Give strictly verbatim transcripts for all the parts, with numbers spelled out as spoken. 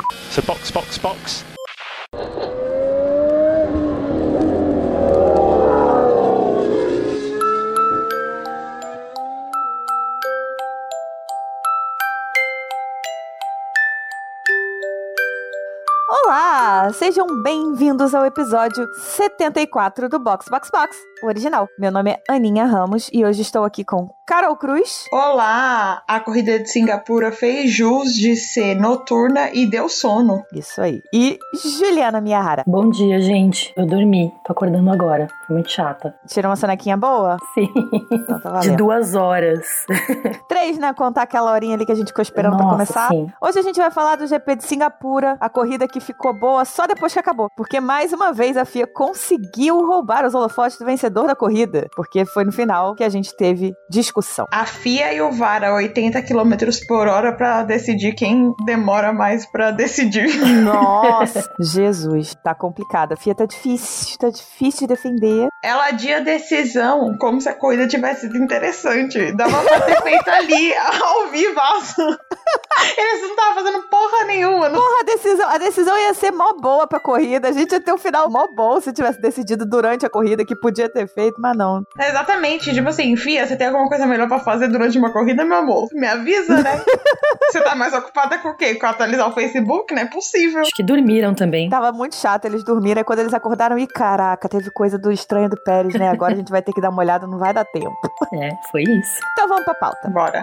So box, box, box. Olá, sejam bem-vindos ao episódio setenta e quatro do Box Box Box, o original. Meu nome é Aninha Ramos e hoje estou aqui com Carol Cruz. Olá, a corrida de Singapura fez jus de ser noturna e deu sono. Isso aí. E Juliana Miyahara. Bom dia, gente. Eu dormi, tô acordando agora. Foi muito chata. Tirou uma sonequinha boa? Sim. Então tá valendo. De duas horas. Três, né? Contar aquela horinha ali que a gente ficou esperando Nossa, pra começar. Sim. Hoje a gente vai falar do G P de Singapura, a corrida que ficou boa só depois que acabou. Porque mais uma vez a F I A conseguiu roubar os holofotes do vencedor da corrida. Porque foi no final que a gente teve discussão. A F I A e o V A R a oitenta quilômetros por hora pra decidir quem demora mais pra decidir. Nossa, Jesus, tá complicado. A F I A tá difícil, tá difícil de defender. Ela adia a decisão como se a corrida tivesse sido interessante. Dava pra ter feito ali, ao vivaço. Eles não estavam fazendo porra nenhuma. Não... Porra, a decisão, a decisão ia ser mó boa pra corrida. A gente ia ter um final mó bom se tivesse decidido durante a corrida que podia ter feito, mas não. Exatamente. Tipo assim, F I A, você tem alguma coisa melhor pra fazer durante uma corrida, meu amor? Me avisa, né? Você tá mais ocupada com o quê? Com atualizar o Facebook? Não é possível. Acho que dormiram também. Tava muito chato, eles dormiram. E quando eles acordaram, ih, caraca, teve coisa do estranho do Pérez, né? Agora a gente vai ter que dar uma olhada, não vai dar tempo. É, foi isso. Então vamos pra pauta. Bora.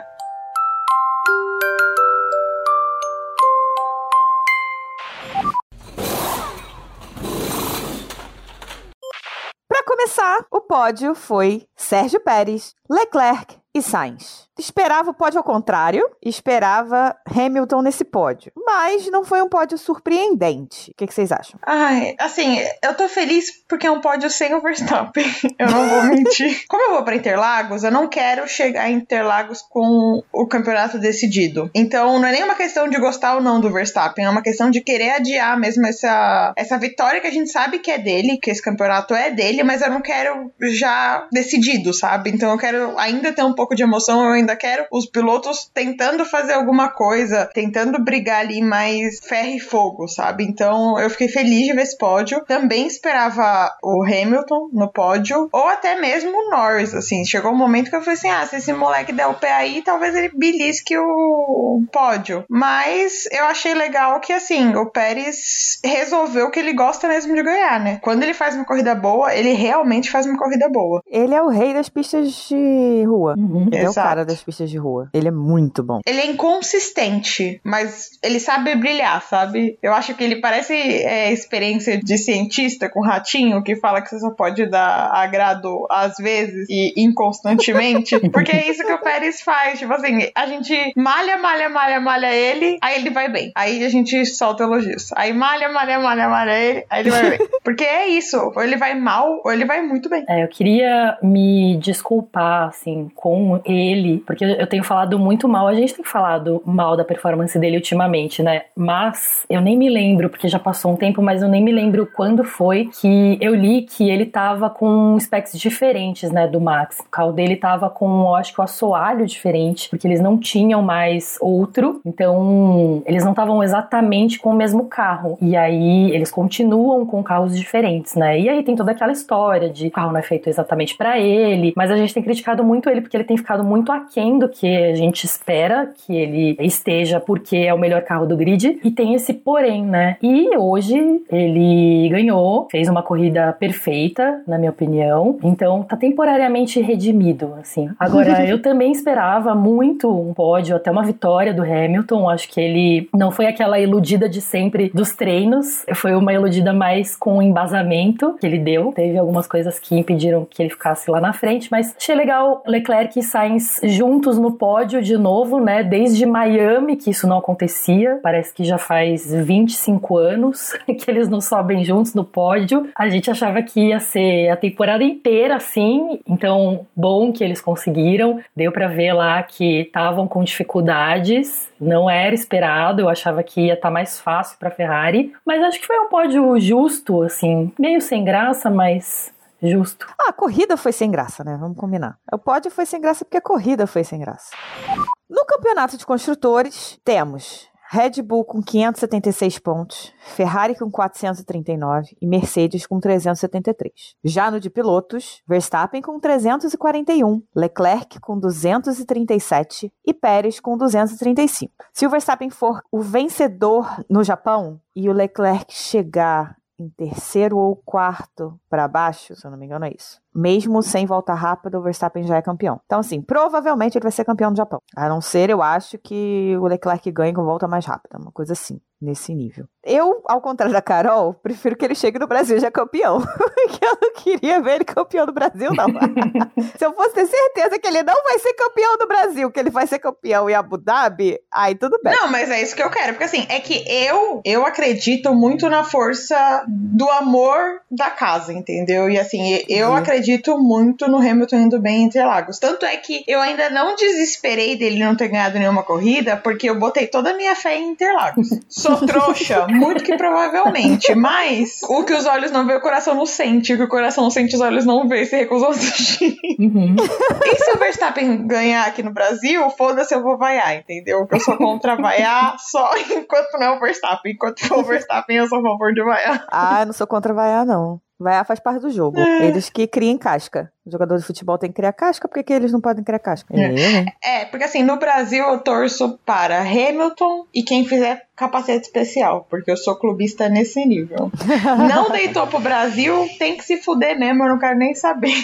Pra começar, o pódio foi Sérgio Pérez, Leclerc e Sainz. Esperava o pódio ao contrário, esperava Hamilton nesse pódio. Mas não foi um pódio surpreendente. O que, que vocês acham? Ai, assim, eu tô feliz porque é um pódio sem o Verstappen. Eu não vou mentir. Como eu vou pra Interlagos, eu não quero chegar em Interlagos com o campeonato decidido. Então, não é nem uma questão de gostar ou não do Verstappen, é uma questão de querer adiar mesmo essa, essa vitória que a gente sabe que é dele, que esse campeonato é dele, mas eu não quero já decidido, sabe? Então eu quero ainda ter um pouco de emoção, eu ainda quero os pilotos tentando fazer alguma coisa, tentando brigar ali mais ferro e fogo, sabe? Então eu fiquei feliz de ver esse pódio. Também esperava o Hamilton no pódio, ou até mesmo o Norris, assim. Chegou um momento que eu falei assim, ah, se esse moleque der o pé aí, talvez ele belisque o pódio. Mas eu achei legal que, assim, o Pérez resolveu que ele gosta mesmo de ganhar, né? Quando ele faz uma corrida boa, ele realmente faz uma corrida boa. Ele é o rei das pistas de rua. Uhum. Ele é o Exato. cara das pistas de rua. Ele é muito bom. Ele é inconsistente, mas ele sabe brilhar, sabe? Eu acho que ele parece é, experiência de cientista com ratinho, que fala que você só pode dar agrado às vezes e inconstantemente. Porque é isso que o Pérez faz. Tipo assim, a gente malha, malha, malha, malha ele, aí ele vai bem. Aí a gente solta elogios. Aí malha, malha, malha, malha ele, aí ele vai bem. Porque é isso. Ou ele vai mal, ou ele vai muito bem. É, eu queria me desculpar, assim, com ele, porque eu tenho falado muito mal, a gente tem falado mal da performance dele ultimamente, né? Mas eu nem me lembro, porque já passou um tempo, mas eu nem me lembro quando foi que eu li que ele tava com specs diferentes, né, do Max. O carro dele tava com, eu acho que o assoalho diferente, porque eles não tinham mais outro, então eles não estavam exatamente com o mesmo carro. E aí eles continuam com carros diferentes, né? E aí tem toda aquela história de o carro não é feito exatamente pra ele, mas a gente tem criticado muito ele porque ele tem ficado muito aquém do que a gente espera que ele esteja, porque é o melhor carro do grid, e tem esse porém, né? E hoje ele ganhou, fez uma corrida perfeita, na minha opinião, então tá temporariamente redimido, assim. Agora, eu também esperava muito um pódio, até uma vitória do Hamilton, acho que ele não foi aquela iludida de sempre dos treinos, foi uma iludida mais com o embasamento que ele deu, teve algumas coisas que impediram que ele ficasse lá na frente, mas achei legal Leclerc e Sainz juntos no pódio de novo, né, desde Miami que isso não acontecia, parece que já faz vinte e cinco anos que eles não sobem juntos no pódio, a gente achava que ia ser a temporada inteira assim, então bom que eles conseguiram, deu pra ver lá que estavam com dificuldades, não era esperado, eu achava que ia estar mais fácil pra Ferrari, mas acho que foi um pódio justo, assim, meio sem graça, mas justo. Ah, a corrida foi sem graça, né? Vamos combinar. O pódio foi sem graça porque a corrida foi sem graça. No campeonato de construtores, temos Red Bull com quinhentos e setenta e seis pontos, Ferrari com quatrocentos e trinta e nove e Mercedes com trezentos e setenta e três. Já no de pilotos, Verstappen com trezentos e quarenta e um, Leclerc com duzentos e trinta e sete e Pérez com duzentos e trinta e cinco. Se o Verstappen for o vencedor no Japão e o Leclerc chegar em terceiro ou quarto para baixo, se eu não me engano é isso, mesmo sem volta rápida, o Verstappen já é campeão. Então, assim, provavelmente ele vai ser campeão do Japão. A não ser, eu acho, que o Leclerc ganhe com volta mais rápida. Uma coisa assim, nesse nível. Eu, ao contrário da Carol, prefiro que ele chegue no Brasil já campeão. Porque eu não queria ver ele campeão do Brasil, não. Se eu fosse ter certeza que ele não vai ser campeão do Brasil, que ele vai ser campeão em Abu Dhabi, aí tudo bem. Não, mas é isso que eu quero. Porque, assim, é que eu, eu acredito muito na força do amor da casa, entendeu? E, assim, eu uhum. acredito acredito muito no Hamilton indo bem em Interlagos. Tanto é que eu ainda não desesperei dele não ter ganhado nenhuma corrida, porque eu botei toda a minha fé em Interlagos. Sou trouxa, muito que provavelmente, mas o que os olhos não vê, o coração não sente. O que o coração não sente, os olhos não vê, se recusou a assistir. Uhum. E se o Verstappen ganhar aqui no Brasil, foda-se, eu vou vaiar, entendeu? Porque eu sou contra vaiar só enquanto não é o Verstappen. Enquanto for o Verstappen, eu sou a favor de vaiar. Ah, eu não sou contra vaiar, não. Vaiar faz parte do jogo. É. Eles que criam casca. O jogador de futebol tem que criar casca, por que eles não podem criar casca? É. Né? É, porque assim, no Brasil eu torço para Hamilton e quem fizer capacete especial, porque eu sou clubista nesse nível. Não deitou pro Brasil, tem que se fuder mesmo, eu não quero nem saber.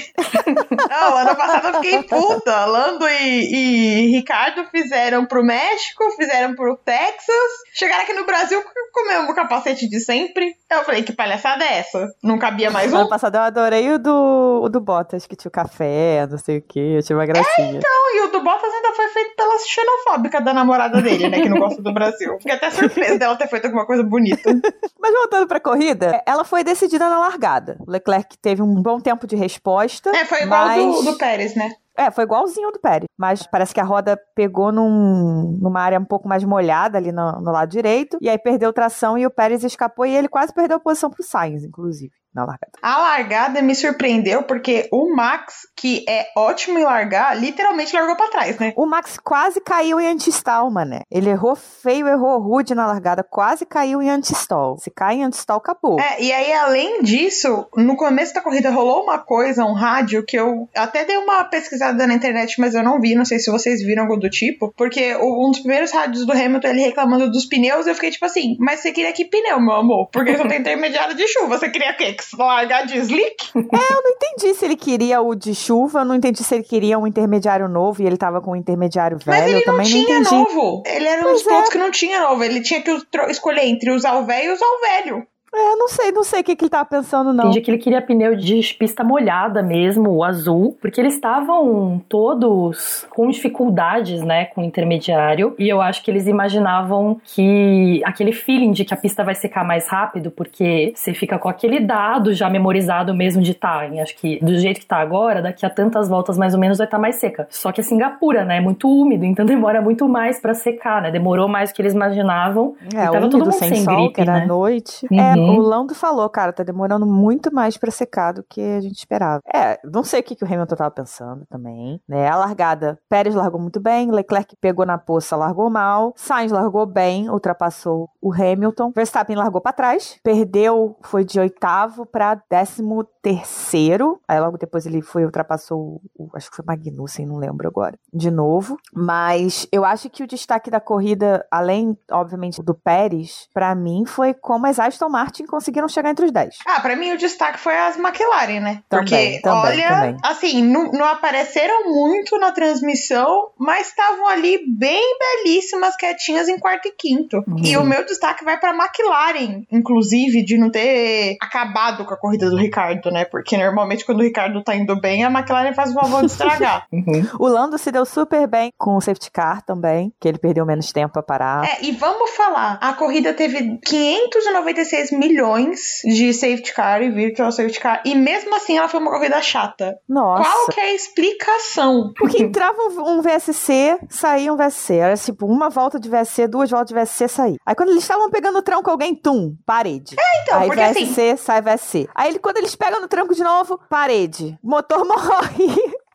Não, ano passado eu fiquei puta. Lando e, e Ricardo fizeram pro México, fizeram pro Texas, chegaram aqui no Brasil com o mesmo capacete de sempre. Eu falei, que palhaçada é essa? Não cabia mais um? Ano passado eu adorei o do, o do Bottas, que tinha o café, não sei o que, eu tinha uma gracinha. É, então, e o do Bottas ainda foi feito pela xenofóbica da namorada dele, né, que não gosta do Brasil. Fiquei até surpresa dela ter feito alguma coisa bonita. Mas voltando pra corrida, ela foi decidida na largada. O Leclerc teve um bom tempo de resposta. É, foi igual mas... do, do Pérez, né? É, foi igualzinho ao do Pérez, mas parece que a roda pegou num, numa área um pouco mais molhada ali no, no lado direito, e aí perdeu tração e o Pérez escapou e ele quase perdeu a posição pro Sainz, inclusive. Na largada. A largada me surpreendeu porque o Max, que é ótimo em largar, literalmente largou pra trás, né? O Max quase caiu em anti-stall, mané. Ele errou feio, errou rude na largada, quase caiu em anti-stall. Se cai em anti-stall, acabou. É, e aí além disso, no começo da corrida rolou uma coisa, um rádio, que eu até dei uma pesquisada na internet, mas eu não vi, não sei se vocês viram algo do tipo, porque um dos primeiros rádios do Hamilton, ele reclamando dos pneus, eu fiquei tipo assim, mas você queria que pneu, meu amor? Porque só tem intermediário de chuva, você queria o quê? Largar de slick? É, eu não entendi se ele queria o de chuva, eu não entendi se ele queria um intermediário novo e ele tava com um intermediário velho. Mas ele eu não também tinha não novo. Ele era um dos é. pontos que não tinha novo. Ele tinha que escolher entre usar o velho e usar o velho. É, não sei, não sei o que, que ele tava pensando, não. Entendi que ele queria pneu de pista molhada mesmo, o azul, porque eles estavam todos com dificuldades, né, com o intermediário, e eu acho que eles imaginavam que aquele feeling de que a pista vai secar mais rápido, porque você fica com aquele dado já memorizado mesmo de timing. Acho que do jeito que tá agora, daqui a tantas voltas mais ou menos vai estar mais seca. Só que a Singapura, né, é muito úmido, então demora muito mais pra secar, né, demorou mais do que eles imaginavam, é, e tava úmido, todo mundo sem, sem sol, gripe, que era né. noite. Uhum. É, o Lando falou, cara, tá demorando muito mais pra secar do que a gente esperava. É, não sei o que, que o Hamilton tava pensando também, né? A largada, Pérez largou muito bem, Leclerc pegou na poça, largou mal, Sainz largou bem, ultrapassou o Hamilton, Verstappen largou pra trás, perdeu, foi de oitavo pra décimo terceiro, aí logo depois ele foi, ultrapassou o, acho que foi Magnussen, não lembro agora, de novo, mas eu acho que o destaque da corrida, além, obviamente, do Pérez, pra mim foi como as Aston Martin conseguiram chegar entre os dez. Ah, pra mim o destaque foi as McLaren, né? Também, Porque, também, olha, também. assim, não, não apareceram muito na transmissão, mas estavam ali bem belíssimas, quietinhas em quarto e quinto. Uhum. E o meu destaque vai pra McLaren, inclusive, de não ter acabado com a corrida do Ricardo, né? Porque normalmente quando o Ricardo tá indo bem, a McLaren faz o favor de estragar. Uhum. O Lando se deu super bem com o safety car também, que ele perdeu menos tempo pra parar. É, e vamos falar, a corrida teve quinhentos e noventa e seis milhões de safety car e virtual safety car, e mesmo assim ela foi uma corrida chata. Nossa. Qual que é a explicação? Porque entrava um V S C, saía um V S C. Era tipo uma volta de V S C, duas voltas de V S C, saía. Aí quando eles estavam pegando o tranco, alguém, tum, parede. É, então, aí porque V S C, assim... sai V S C. Aí quando eles pegam no tranco de novo, parede. Motor morre.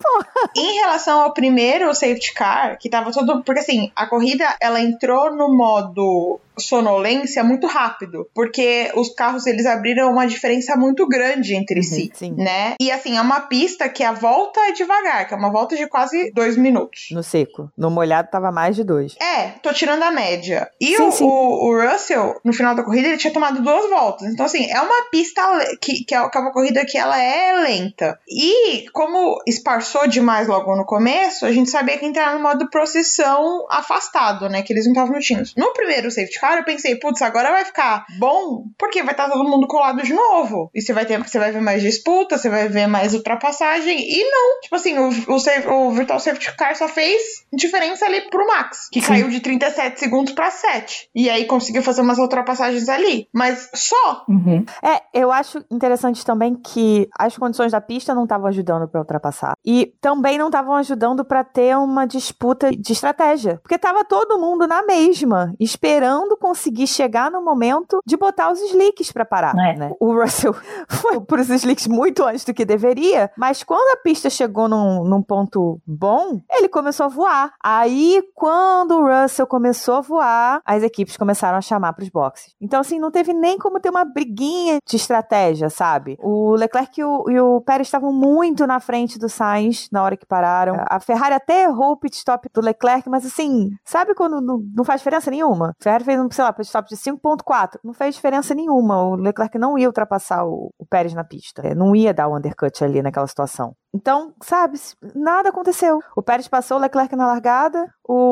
pô. Em relação ao primeiro safety car, que tava todo... Porque assim, a corrida, ela entrou no modo sonolência muito rápido, porque os carros, eles abriram uma diferença muito grande entre Uhum, si, sim. né? E assim, é uma pista que a volta é devagar, que é uma volta de quase dois minutos. No seco. No molhado tava mais de dois. É, tô tirando a média. E Sim, o, sim. o, o Russell, no final da corrida, ele tinha tomado duas voltas. Então, assim, é uma pista le- que, que é uma corrida que ela é lenta. E como esparçou demais logo no começo, a gente sabia que entrar no modo procissão afastado, né? Que eles não estavam no time. No primeiro safety car, eu pensei, putz, agora vai ficar bom, porque vai estar todo mundo colado de novo. E você vai ter, você vai ver mais disputa, você vai ver mais ultrapassagem. E não, tipo assim, o, o, safe, o Virtual Safety Car só fez diferença ali pro Max, que Sim. caiu de trinta e sete segundos pra sete. E aí conseguiu fazer umas ultrapassagens ali. Mas só. Uhum. É, eu acho interessante também que as condições da pista não estavam ajudando pra ultrapassar. E também não estavam ajudando pra ter uma disputa de estratégia. Porque tava todo mundo na mesma, esperando conseguir chegar no momento de botar os slicks pra parar, É. né? O Russell foi pros slicks muito antes do que deveria, mas quando a pista chegou num, num ponto bom, ele começou a voar. Aí, quando o Russell começou a voar, as equipes começaram a chamar pros boxes. Então, assim, não teve nem como ter uma briguinha de estratégia, sabe? O Leclerc e o, e o Pérez estavam muito na frente do Sainz na hora que pararam. A Ferrari até errou o pit stop do Leclerc, mas assim, sabe quando não, não faz diferença nenhuma? A Ferrari fez um, sei lá, pit stop de cinco ponto quatro. Não fez diferença nenhuma. O Leclerc não ia ultrapassar o, o Pérez na pista. É, não ia dar o undercut ali naquela situação. Então, sabe, nada aconteceu. O Pérez passou o Leclerc na largada,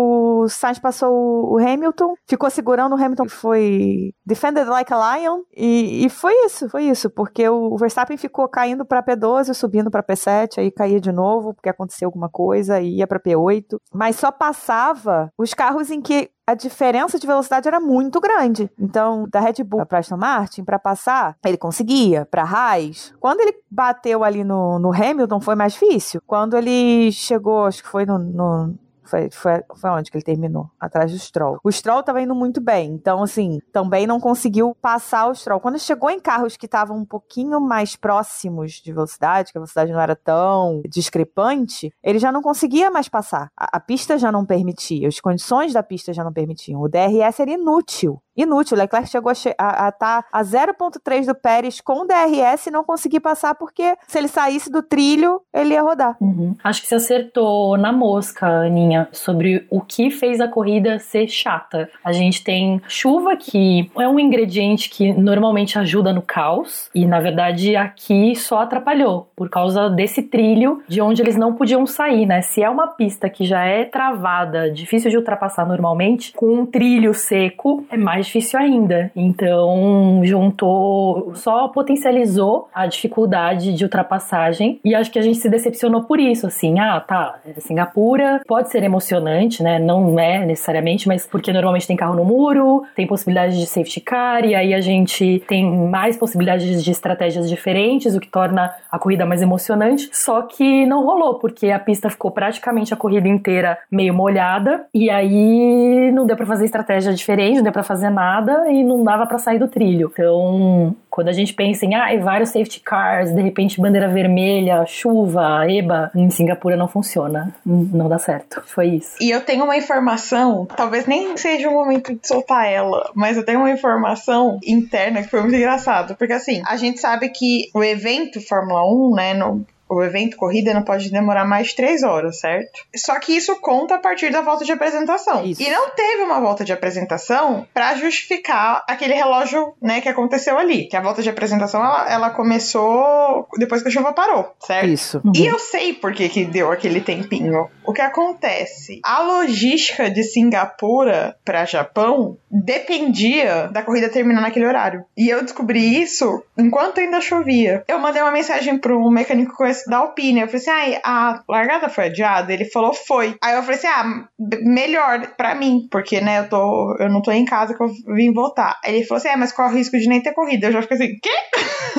o Sainz passou o Hamilton, ficou segurando o Hamilton, foi defended like a lion, e, e foi isso, foi isso, porque o Verstappen ficou caindo para P doze, subindo para P sete, aí caía de novo, porque aconteceu alguma coisa, e ia para P oito, mas só passava os carros em que a diferença de velocidade era muito grande. Então, da Red Bull para Aston Martin, para passar, ele conseguia. Para Haas, quando ele bateu ali no, no Hamilton, foi mais difícil. Quando ele chegou, acho que foi no... no Foi, foi, foi onde que ele terminou? Atrás do Stroll. O Stroll tava indo muito bem. Então, assim, também não conseguiu passar o Stroll. Quando chegou em carros que estavam um pouquinho mais próximos de velocidade, que a velocidade não era tão discrepante, ele já não conseguia mais passar. A, a pista já não permitia. As condições da pista já não permitiam. O D R S era inútil. Inútil. O Leclerc chegou a estar a, a, tá a zero ponto três do Pérez com o D R S e não conseguir passar porque se ele saísse do trilho, ele ia rodar. Uhum. Acho que você acertou na mosca, Aninha, sobre o que fez a corrida ser chata. A gente tem chuva, que é um ingrediente que normalmente ajuda no caos, e na verdade aqui só atrapalhou, por causa desse trilho de onde eles não podiam sair, né? Se é uma pista que já é travada, difícil de ultrapassar normalmente, com um trilho seco, é mais difícil ainda. Então, juntou, só potencializou a dificuldade de ultrapassagem, e acho que a gente se decepcionou por isso, assim, ah, tá, Singapura pode ser emocionante, né, não é necessariamente, mas porque normalmente tem carro no muro, tem possibilidade de safety car, e aí a gente tem mais possibilidades de estratégias diferentes, o que torna a corrida mais emocionante, só que não rolou, porque a pista ficou praticamente a corrida inteira meio molhada, e aí não deu pra fazer estratégia diferente, não deu pra fazer nada e não dava pra sair do trilho. Então, quando a gente pensa em ah, vários safety cars, de repente bandeira vermelha, chuva, eba, em Singapura não funciona, não dá certo. Foi isso. E eu tenho uma informação, talvez nem seja o momento de soltar ela, mas eu tenho uma informação interna que foi muito engraçado, porque assim, a gente sabe que o evento Fórmula um, né, no o evento corrida não pode demorar mais de três horas, certo? Só que isso conta a partir da volta de apresentação. Isso. E não teve uma volta de apresentação pra justificar aquele relógio, né, que aconteceu ali. Que a volta de apresentação, ela, ela começou depois que a chuva parou, certo? Isso. Uhum. E eu sei por que que deu aquele tempinho. O que acontece? A logística de Singapura pra Japão dependia da corrida terminar naquele horário. E eu descobri isso enquanto ainda chovia. Eu mandei uma mensagem pro mecânico da Alpine. Eu falei assim, ah, a largada foi adiada? Ele falou, foi. Aí eu falei assim, ah, melhor pra mim, porque, né, eu, tô, eu não tô em casa que eu vim voltar. Aí ele falou assim, ah, mas qual é o risco de nem ter corrida? Eu já fiquei assim, quê? Eu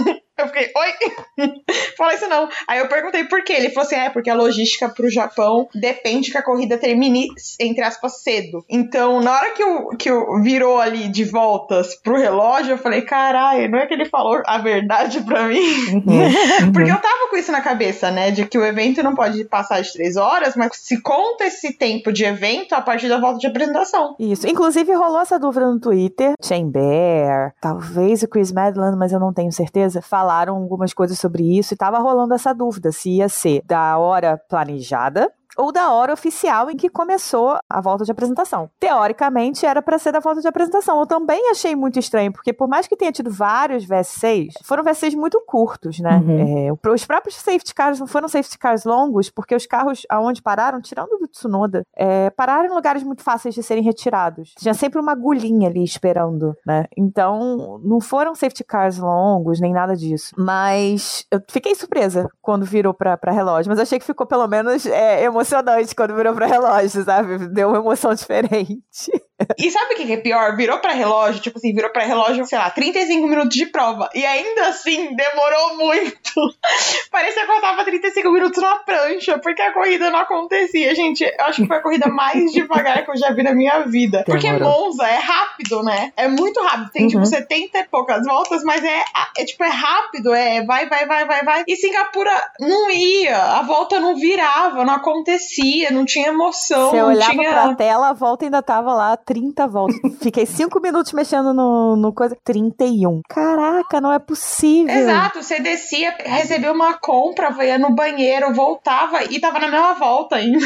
Eu fiquei, oi? Fala isso não. Aí eu perguntei por quê. Ele falou assim, é porque a logística pro Japão depende que a corrida termine, entre aspas, cedo. Então, na hora que eu, que eu virou ali de voltas pro relógio, eu falei, caralho, não é que ele falou a verdade pra mim? Uhum. Porque eu tava com isso na cabeça, né? De que o evento não pode passar de três horas, mas se conta esse tempo de evento a partir da volta de apresentação. Isso. Inclusive, rolou essa dúvida no Twitter. Shane Bear, talvez o Chris Madland, mas eu não tenho certeza, falaram algumas coisas sobre isso e tava rolando essa dúvida se ia ser da hora planejada ou da hora oficial em que começou a volta de apresentação. Teoricamente, era pra ser da volta de apresentação. Eu também achei muito estranho, porque por mais que tenha tido vários V S seis, foram V S seis muito curtos, né? Uhum. É, os próprios safety cars não foram safety cars longos, porque os carros aonde pararam, tirando do Tsunoda, é, pararam em lugares muito fáceis de serem retirados. Tinha sempre uma agulhinha ali esperando, né? Então, não foram safety cars longos, nem nada disso. Mas eu fiquei surpresa quando virou pra, pra relógio, mas achei que ficou pelo menos é, emocionante quando virou pra relógio, sabe? Deu uma emoção diferente. E sabe o que é pior? Virou pra relógio, tipo assim, virou pra relógio, sei lá, trinta e cinco minutos de prova. E ainda assim, demorou muito. Parecia que eu tava trinta e cinco minutos na prancha, porque a corrida não acontecia. Gente, eu acho que foi a corrida mais devagar que eu já vi na minha vida. Porque demorou. Monza é rápido, né? É muito rápido. Tem, uhum. tipo, setenta e poucas voltas, mas é, é, tipo, é rápido. É vai, vai, vai, vai, vai. E Singapura não ia. A volta não virava, não acontecia, não tinha emoção. Você não olhava tinha... pra tela, a volta ainda tava lá, trinta voltas. Fiquei cinco minutos mexendo no, no coisa. trinta e um. Caraca, não é possível. Exato, você descia, recebeu uma compra, ia no banheiro, voltava e tava na mesma volta ainda.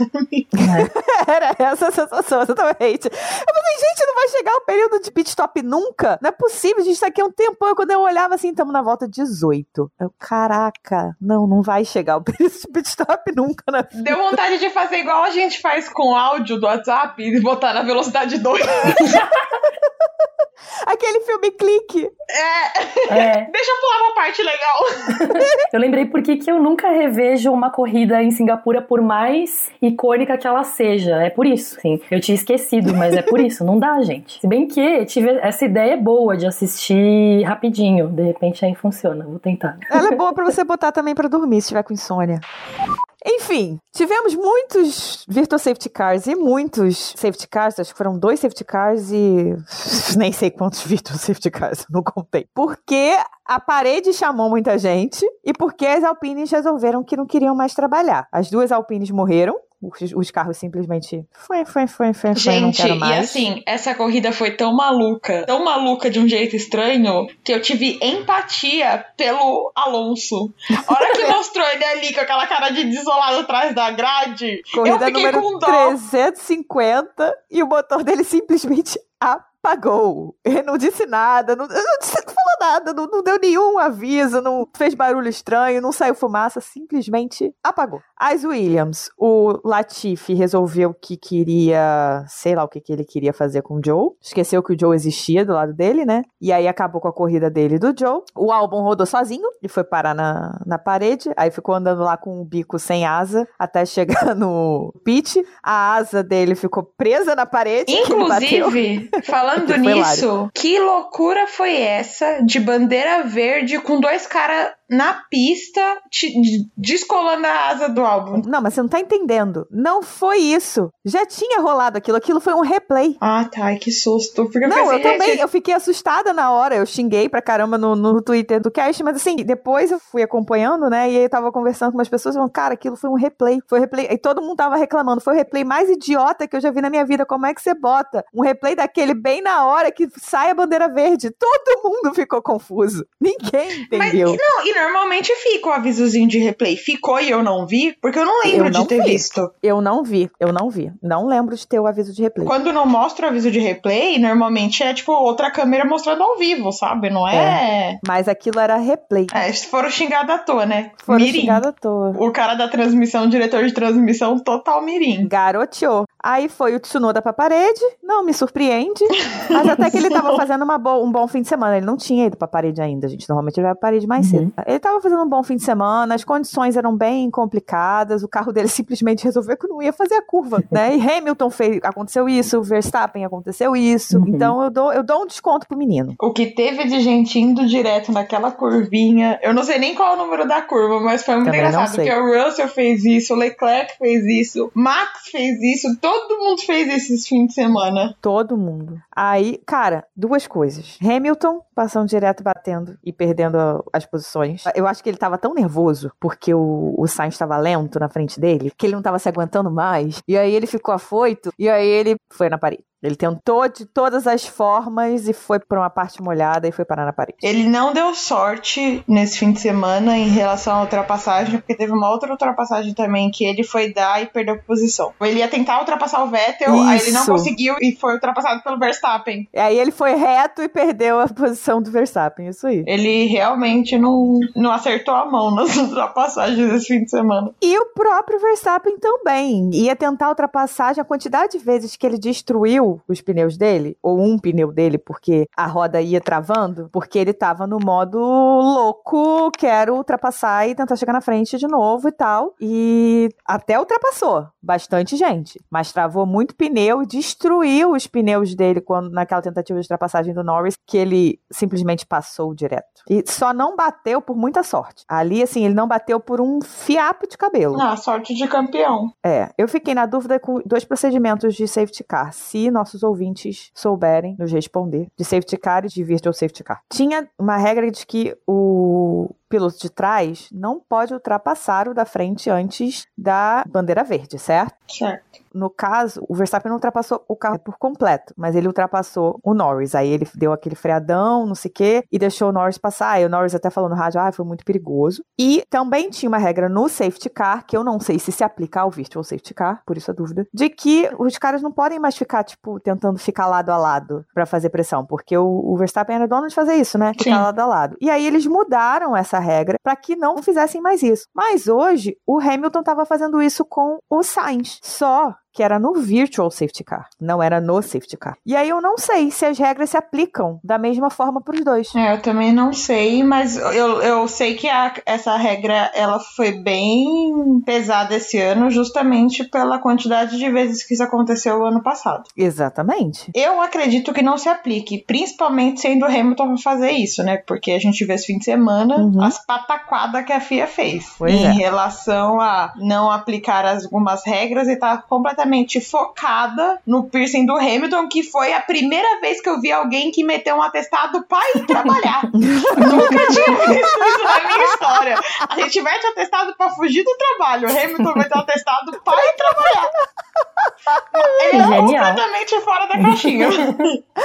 Era essa a sensação, exatamente. Eu falei, gente, não vai chegar o período de pit stop nunca? Não é possível, a gente tá aqui há um tempão. Quando eu olhava assim, estamos na volta dezoito. Eu, caraca, não, não vai chegar o período de pit stop nunca, né? Deu vontade de fazer igual a gente faz com o áudio do WhatsApp e botar na velocidade dois. Aquele filme clique. É. é. Deixa eu pular uma parte legal. Eu lembrei por que eu nunca revejo uma corrida em Singapura, por mais icônica que ela seja. É por isso, sim. Eu tinha esquecido, mas é por isso. Não dá, gente. Se bem que tive essa ideia boa de assistir rapidinho. De repente aí funciona. Vou tentar. Ela é boa pra você botar também pra dormir, se tiver com insônia. Enfim, tivemos muitos Virtual Safety Cars e muitos Safety Cars, acho que foram dois Safety Cars e nem sei quantos Virtual Safety Cars, não contei. Porque a parede chamou muita gente e porque as Alpines resolveram que não queriam mais trabalhar. As duas Alpines morreram. Os, os carros simplesmente foi, foi, foi, foi, gente, não quero mais. E assim, essa corrida foi tão maluca, tão maluca de um jeito estranho, que eu tive empatia pelo Alonso. A hora que mostrou ele ali com aquela cara de desolado atrás da grade, corrida eu fiquei número com dó. trezentos e cinquenta e o motor dele simplesmente apagou. Ele não disse nada, não, não, disse, não falou nada, não, não deu nenhum aviso, não fez barulho estranho, não saiu fumaça, simplesmente apagou. As Williams, o Latifi resolveu que queria, sei lá o que, que ele queria fazer com o Joe, esqueceu que o Joe existia do lado dele, né? E aí acabou com a corrida dele e do Joe. O Albon rodou sozinho e foi parar na, na parede, aí ficou andando lá com o bico sem asa até chegar no pit. A asa dele ficou presa na parede. Inclusive, falando nisso, que loucura foi essa de bandeira verde com dois caras na pista te, descolando a asa do álbum? Não, mas você não tá entendendo. Não foi isso. Já tinha rolado aquilo. Aquilo foi um replay. Ah, tá. Que susto. Porque eu não, pensei, eu também. gente... Eu fiquei assustada na hora. Eu xinguei pra caramba no, no Twitter do cast, mas assim, depois eu fui acompanhando, né, e aí eu tava conversando com umas pessoas e falando, cara, aquilo foi um replay. Foi um replay. E todo mundo tava reclamando. Foi o replay mais idiota que eu já vi na minha vida. Como é que você bota um replay daquele bem na hora que sai a bandeira verde? Todo mundo ficou confuso. Ninguém entendeu. Mas, não, e normalmente fica o avisozinho de replay. Ficou e eu não vi, porque eu não lembro eu não de ter vi. visto. Eu não vi, eu não vi. Não lembro de ter o aviso de replay. Quando não mostra o aviso de replay, normalmente é tipo outra câmera mostrando ao vivo, sabe? Não é... é mas aquilo era replay. É, foram xingados à toa, né? Foram xingados à toa. O cara da transmissão, o diretor de transmissão, total mirim. Garoteou. Aí foi o Tsunoda pra parede, não me surpreende, mas até que ele tava fazendo uma bo- um bom fim de semana. Ele não tinha ido pra parede ainda, gente. Normalmente ele vai pra parede mais uhum. cedo. ele tava fazendo um bom fim de semana, as condições eram bem complicadas, o carro dele simplesmente resolveu que não ia fazer a curva, né? E Hamilton fez, aconteceu isso, Verstappen aconteceu isso, uhum. Então eu dou, eu dou um desconto pro menino. O que teve de gente indo direto naquela curvinha, eu não sei nem qual é o número da curva, mas foi muito Também engraçado, porque o Russell fez isso, o Leclerc fez isso, Max fez isso, todo mundo fez isso esse fim de semana. Todo mundo. Aí, cara, duas coisas. Hamilton passando direto, batendo e perdendo as posições. Eu acho que ele tava tão nervoso, porque o, o Sainz estava lento na frente dele, que ele não tava se aguentando mais, e aí ele ficou afoito, e aí ele foi na parede. Ele tentou de todas as formas e foi pra uma parte molhada e foi parar na parede. Ele não deu sorte nesse fim de semana em relação à ultrapassagem, porque teve uma outra ultrapassagem também que ele foi dar e perdeu posição. Ele ia tentar ultrapassar o Vettel, Isso. aí ele não conseguiu e foi ultrapassado pelo Verstappen. E aí ele foi reto e perdeu a posição do Verstappen, isso aí. Ele realmente não, não acertou a mão nas ultrapassagens desse fim de semana. E o próprio Verstappen também. Ia tentar a ultrapassagem, a quantidade de vezes que ele destruiu os pneus dele, ou um pneu dele, porque a roda ia travando, porque ele tava no modo louco, quero ultrapassar e tentar chegar na frente de novo e tal, e até ultrapassou bastante gente, mas travou muito pneu e destruiu os pneus dele quando naquela tentativa de ultrapassagem do Norris, que ele simplesmente passou direto. E só não bateu por muita sorte. Ali, assim, ele não bateu por um fiapo de cabelo. Ah, sorte de campeão. É, eu fiquei na dúvida com dois procedimentos de safety car. Se nossos ouvintes souberem nos responder, de safety car e de virtual safety car. Tinha uma regra de que o piloto de trás não pode ultrapassar o da frente antes da bandeira verde, certo? Certo. No caso, o Verstappen não ultrapassou o carro por completo, mas ele ultrapassou o Norris. Aí ele deu aquele freadão, não sei o quê, e deixou o Norris passar. E o Norris até falou no rádio, ah, foi muito perigoso. E também tinha uma regra no safety car, que eu não sei se se aplica ao virtual safety car, por isso a dúvida, de que os caras não podem mais ficar, tipo, tentando ficar lado a lado pra fazer pressão, porque o, o Verstappen era dono de fazer isso, né? Ficar Sim. lado a lado. E aí eles mudaram essa regra pra que não fizessem mais isso. Mas hoje, o Hamilton tava fazendo isso com o Sainz. Só que era no virtual safety car, não era no safety car. E aí eu não sei se as regras se aplicam da mesma forma pros dois. É, eu também não sei, mas eu, eu sei que a, essa regra, ela foi bem pesada esse ano, justamente pela quantidade de vezes que isso aconteceu o ano passado. Exatamente. Eu acredito que não se aplique, principalmente sendo o Hamilton pra fazer isso, né? Porque a gente vê esse fim de semana uhum. as pataquadas que a F I A fez pois em é. relação a não aplicar algumas regras e tá completamente focada no piercing do Hamilton, que foi a primeira vez que eu vi alguém que meteu um atestado pra ir trabalhar. Nunca tinha visto isso na minha história. A gente mete atestado pra fugir do trabalho, o Hamilton meteu um atestado pra ir trabalhar. Ele é Genial. completamente fora da caixinha. Genial,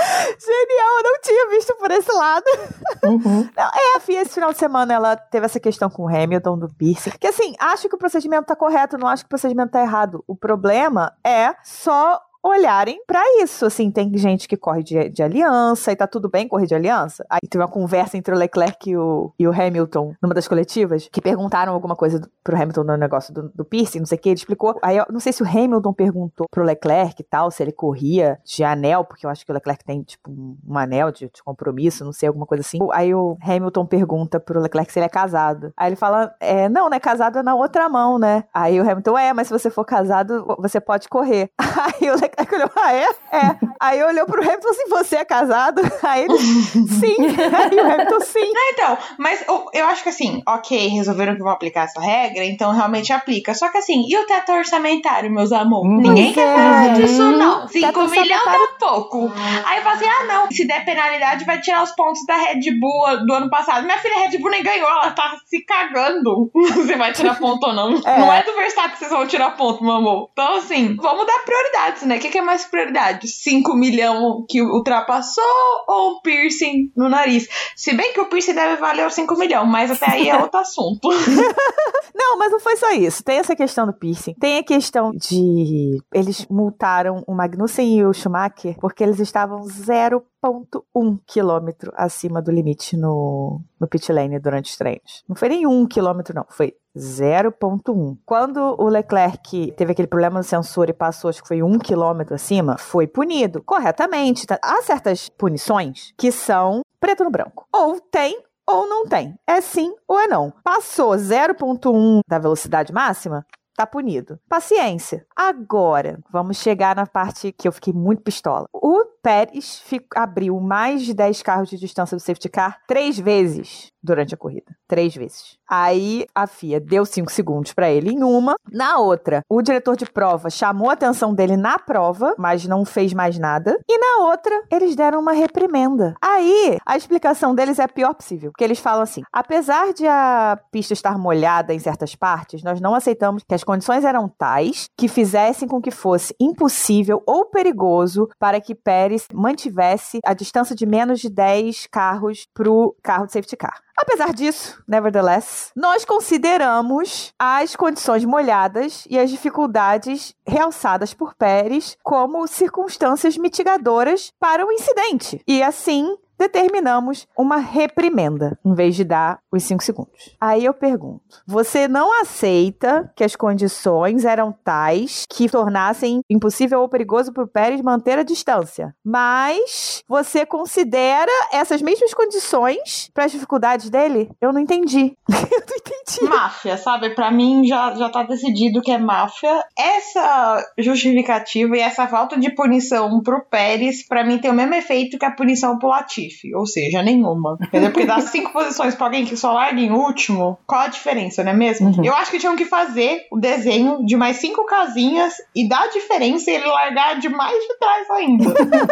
eu não tinha visto por esse lado. Uhum. Não, é, a F I A esse final de semana ela teve essa questão com o Hamilton do piercing, que assim, acho que o procedimento tá correto, não acho que o procedimento tá errado. O problema é só olharem pra isso, assim, tem gente que corre de, de aliança e tá tudo bem correr de aliança. Aí teve uma conversa entre o Leclerc e o, e o Hamilton numa das coletivas, que perguntaram alguma coisa do, pro Hamilton no negócio do, do piercing, não sei o que, ele explicou. Aí eu não sei se o Hamilton perguntou pro Leclerc e tal, se ele corria de anel, porque eu acho que o Leclerc tem, tipo, um anel de, de compromisso, não sei, alguma coisa assim. Aí o Hamilton pergunta pro Leclerc se ele é casado. Aí ele fala, é, não, né, casado é na outra mão, né? Aí o Hamilton, é, mas se você for casado, você pode correr. Aí o Leclerc Aí olhou, ah, é? É. Aí olhou pro Hamilton assim, você é casado? Aí ele, sim. Aí o Hamilton, sim. Não, então, mas eu, eu acho que assim, ok, resolveram que vão aplicar essa regra, então realmente aplica. Só que assim, e o teto orçamentário, meus amor? Hum, Ninguém quer falar é. disso, não. cinco milhões tá pouco. Aí eu falo assim, ah, não, se der penalidade, vai tirar os pontos da Red Bull do ano passado. Minha filha, a Red Bull nem ganhou, ela tá se cagando se vai tirar ponto ou não. É. Não é do Verstappen que vocês vão tirar ponto, meu amor. Então, assim, vamos dar prioridades, né? O que, que é mais prioridade? cinco milhões que ultrapassou ou um piercing no nariz? Se bem que o piercing deve valer os cinco milhões, mas até aí é outro assunto. Não, mas não foi só isso. Tem essa questão do piercing. Tem a questão de... Eles multaram o Magnussen e o Schumacher porque eles estavam zero vírgula um quilômetro acima do limite no, no pit lane durante os treinos. Não foi nem um quilômetro, não. Foi zero vírgula um. Quando o Leclerc teve aquele problema no sensor e passou, acho que foi um quilômetro acima, foi punido corretamente. Há certas punições que são preto no branco. Ou tem ou não tem. É sim ou é não. Passou zero ponto um da velocidade máxima, tá punido. Paciência. Agora, vamos chegar na parte que eu fiquei muito pistola. O Pérez fico, abriu mais de dez carros de distância do safety car três vezes durante a corrida. Três vezes. Aí a F I A deu cinco segundos pra ele em uma. Na outra, o diretor de prova chamou a atenção dele na prova, mas não fez mais nada. E na outra, eles deram uma reprimenda. Aí, a explicação deles é a pior possível. Porque eles falam assim, apesar de a pista estar molhada em certas partes, nós não aceitamos que as condições eram tais que fizessem com que fosse impossível ou perigoso para que Pérez mantivesse a distância de menos de dez carros pro carro de safety car. Apesar disso, nevertheless, nós consideramos as condições molhadas e as dificuldades realçadas por Pérez como circunstâncias mitigadoras para o incidente. E assim, determinamos uma reprimenda, em vez de dar os cinco segundos. Aí eu pergunto, você não aceita que as condições eram tais que tornassem impossível ou perigoso para o Pérez manter a distância, mas você considera essas mesmas condições para as dificuldades dele? Eu não entendi. Eu não entendi. Máfia, sabe? Pra mim já, já tá decidido que é máfia. Essa justificativa e essa falta de punição pro Pérez, pra mim tem o mesmo efeito que a punição pro Latifi. Ou seja, nenhuma. Entendeu? Porque dá cinco posições pra alguém que só larga em último, qual a diferença, não é mesmo? Uhum. Eu acho que tinham que fazer o desenho de mais cinco casinhas e dar a diferença e ele largar de mais de trás ainda.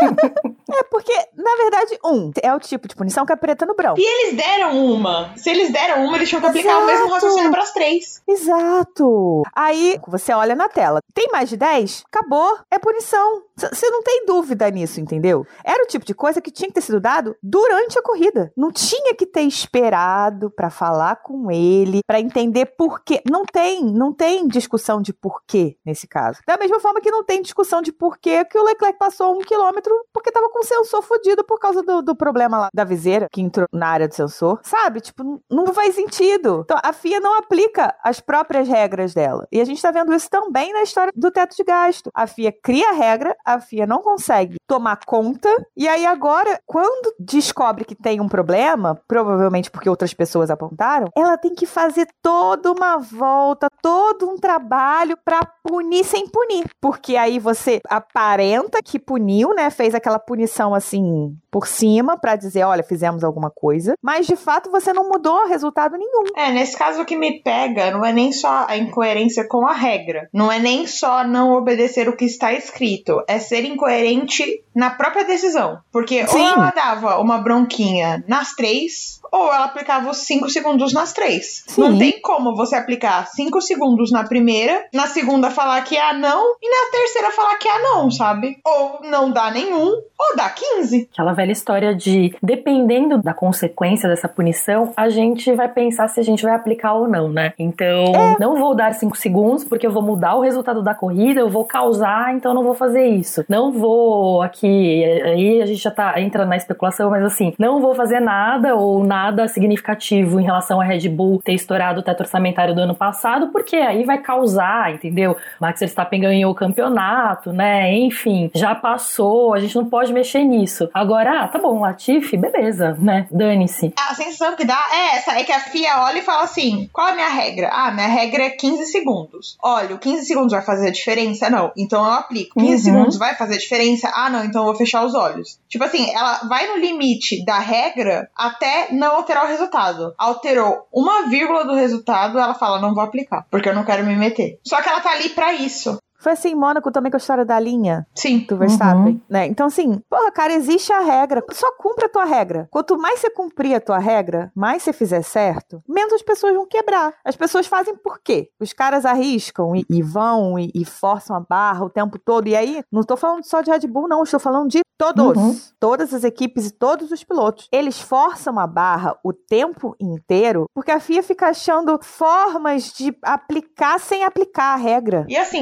É porque, na verdade, um, é o tipo de punição que é preta no branco. E eles deram uma. Se eles deram uma, eles tinham que aplicar Exato. o mesmo raciocínio pras três. Exato. Aí, você olha na tela. Tem mais de dez? Acabou. É punição. Você não tem dúvida nisso, entendeu? Era o tipo de coisa que tinha que ter sido dado durante a corrida. Não tinha que ter esperado pra falar com ele, pra entender por quê. Não tem, não tem discussão de porquê nesse caso. Da mesma forma que não tem discussão de porquê que o Leclerc passou um quilômetro porque tava com o sensor fodido por causa do, do problema lá da viseira que entrou na área do sensor. Sabe? Tipo, não faz sentido. Então, a F I A não aplica as próprias regras dela. E a gente tá vendo isso também na história do teto de gasto. A F I A cria a regra, a F I A não consegue tomar conta, e aí agora, quando descobre que tem um problema, provavelmente porque outras pessoas apontaram, ela tem que fazer toda uma volta, todo um trabalho pra punir sem punir. Porque aí você aparenta que puniu, né? Fez aquela punição assim por cima pra dizer, olha, fizemos alguma coisa, mas de fato você não mudou resultado nenhum. É, nesse caso o que me pega não é nem só a incoerência com a regra, não é nem só não obedecer o que está escrito, é ser incoerente na própria decisão. Porque Sim. ou ela dava uma bronquinha nas três, ou ela aplicava os cinco segundos nas três. Sim. Não tem como você aplicar cinco segundos na primeira, na segunda falar que é não, e na terceira falar que é não, sabe? Ou não dá nenhum, ou dá quinze. Aquela velha história de, dependendo da consequência dessa punição, a gente vai pensar se a gente vai aplicar ou não, né? Então, é. não vou dar cinco segundos, porque eu vou mudar o resultado da corrida, eu vou causar, então eu não vou fazer isso. Não vou aqui, aí a gente já tá, entra na especulação, mas assim, não vou fazer nada ou nada significativo em relação a Red Bull ter estourado o teto orçamentário do ano passado, porque aí vai causar, entendeu? Max Verstappen ganhou o campeonato, né? Enfim, já passou, a gente não pode mexer nisso. Agora, ah, tá bom, Latifi, beleza, né? Dane-se. A sensação que dá é essa, é que a F I A olha e fala assim, qual é a minha regra? Ah, minha regra é quinze segundos. Olha, o quinze segundos vai fazer a diferença? Não, então eu aplico. quinze uhum. segundos vai fazer a diferença? Ah, não, então eu vou fechar os olhos. Tipo assim, ela vai no limite da regra até não alterar o resultado. Alterou uma vírgula do resultado, ela fala, não vou aplicar, porque eu não quero me meter. Só que ela tá ali pra isso. Foi assim em Mônaco também com a história da linha. Sim. Do Verstappen, uhum. né? Então assim, porra, cara, existe a regra. Só cumpra a tua regra. Quanto mais você cumprir a tua regra, mais você fizer certo, menos as pessoas vão quebrar. As pessoas fazem por quê? Os caras arriscam e, e vão e, e forçam a barra o tempo todo. E aí, não tô falando só de Red Bull, não. Estou falando de todos. Uhum. Todas as equipes e todos os pilotos. Eles forçam a barra o tempo inteiro porque a F I A fica achando formas de aplicar sem aplicar a regra. E assim, a gente tá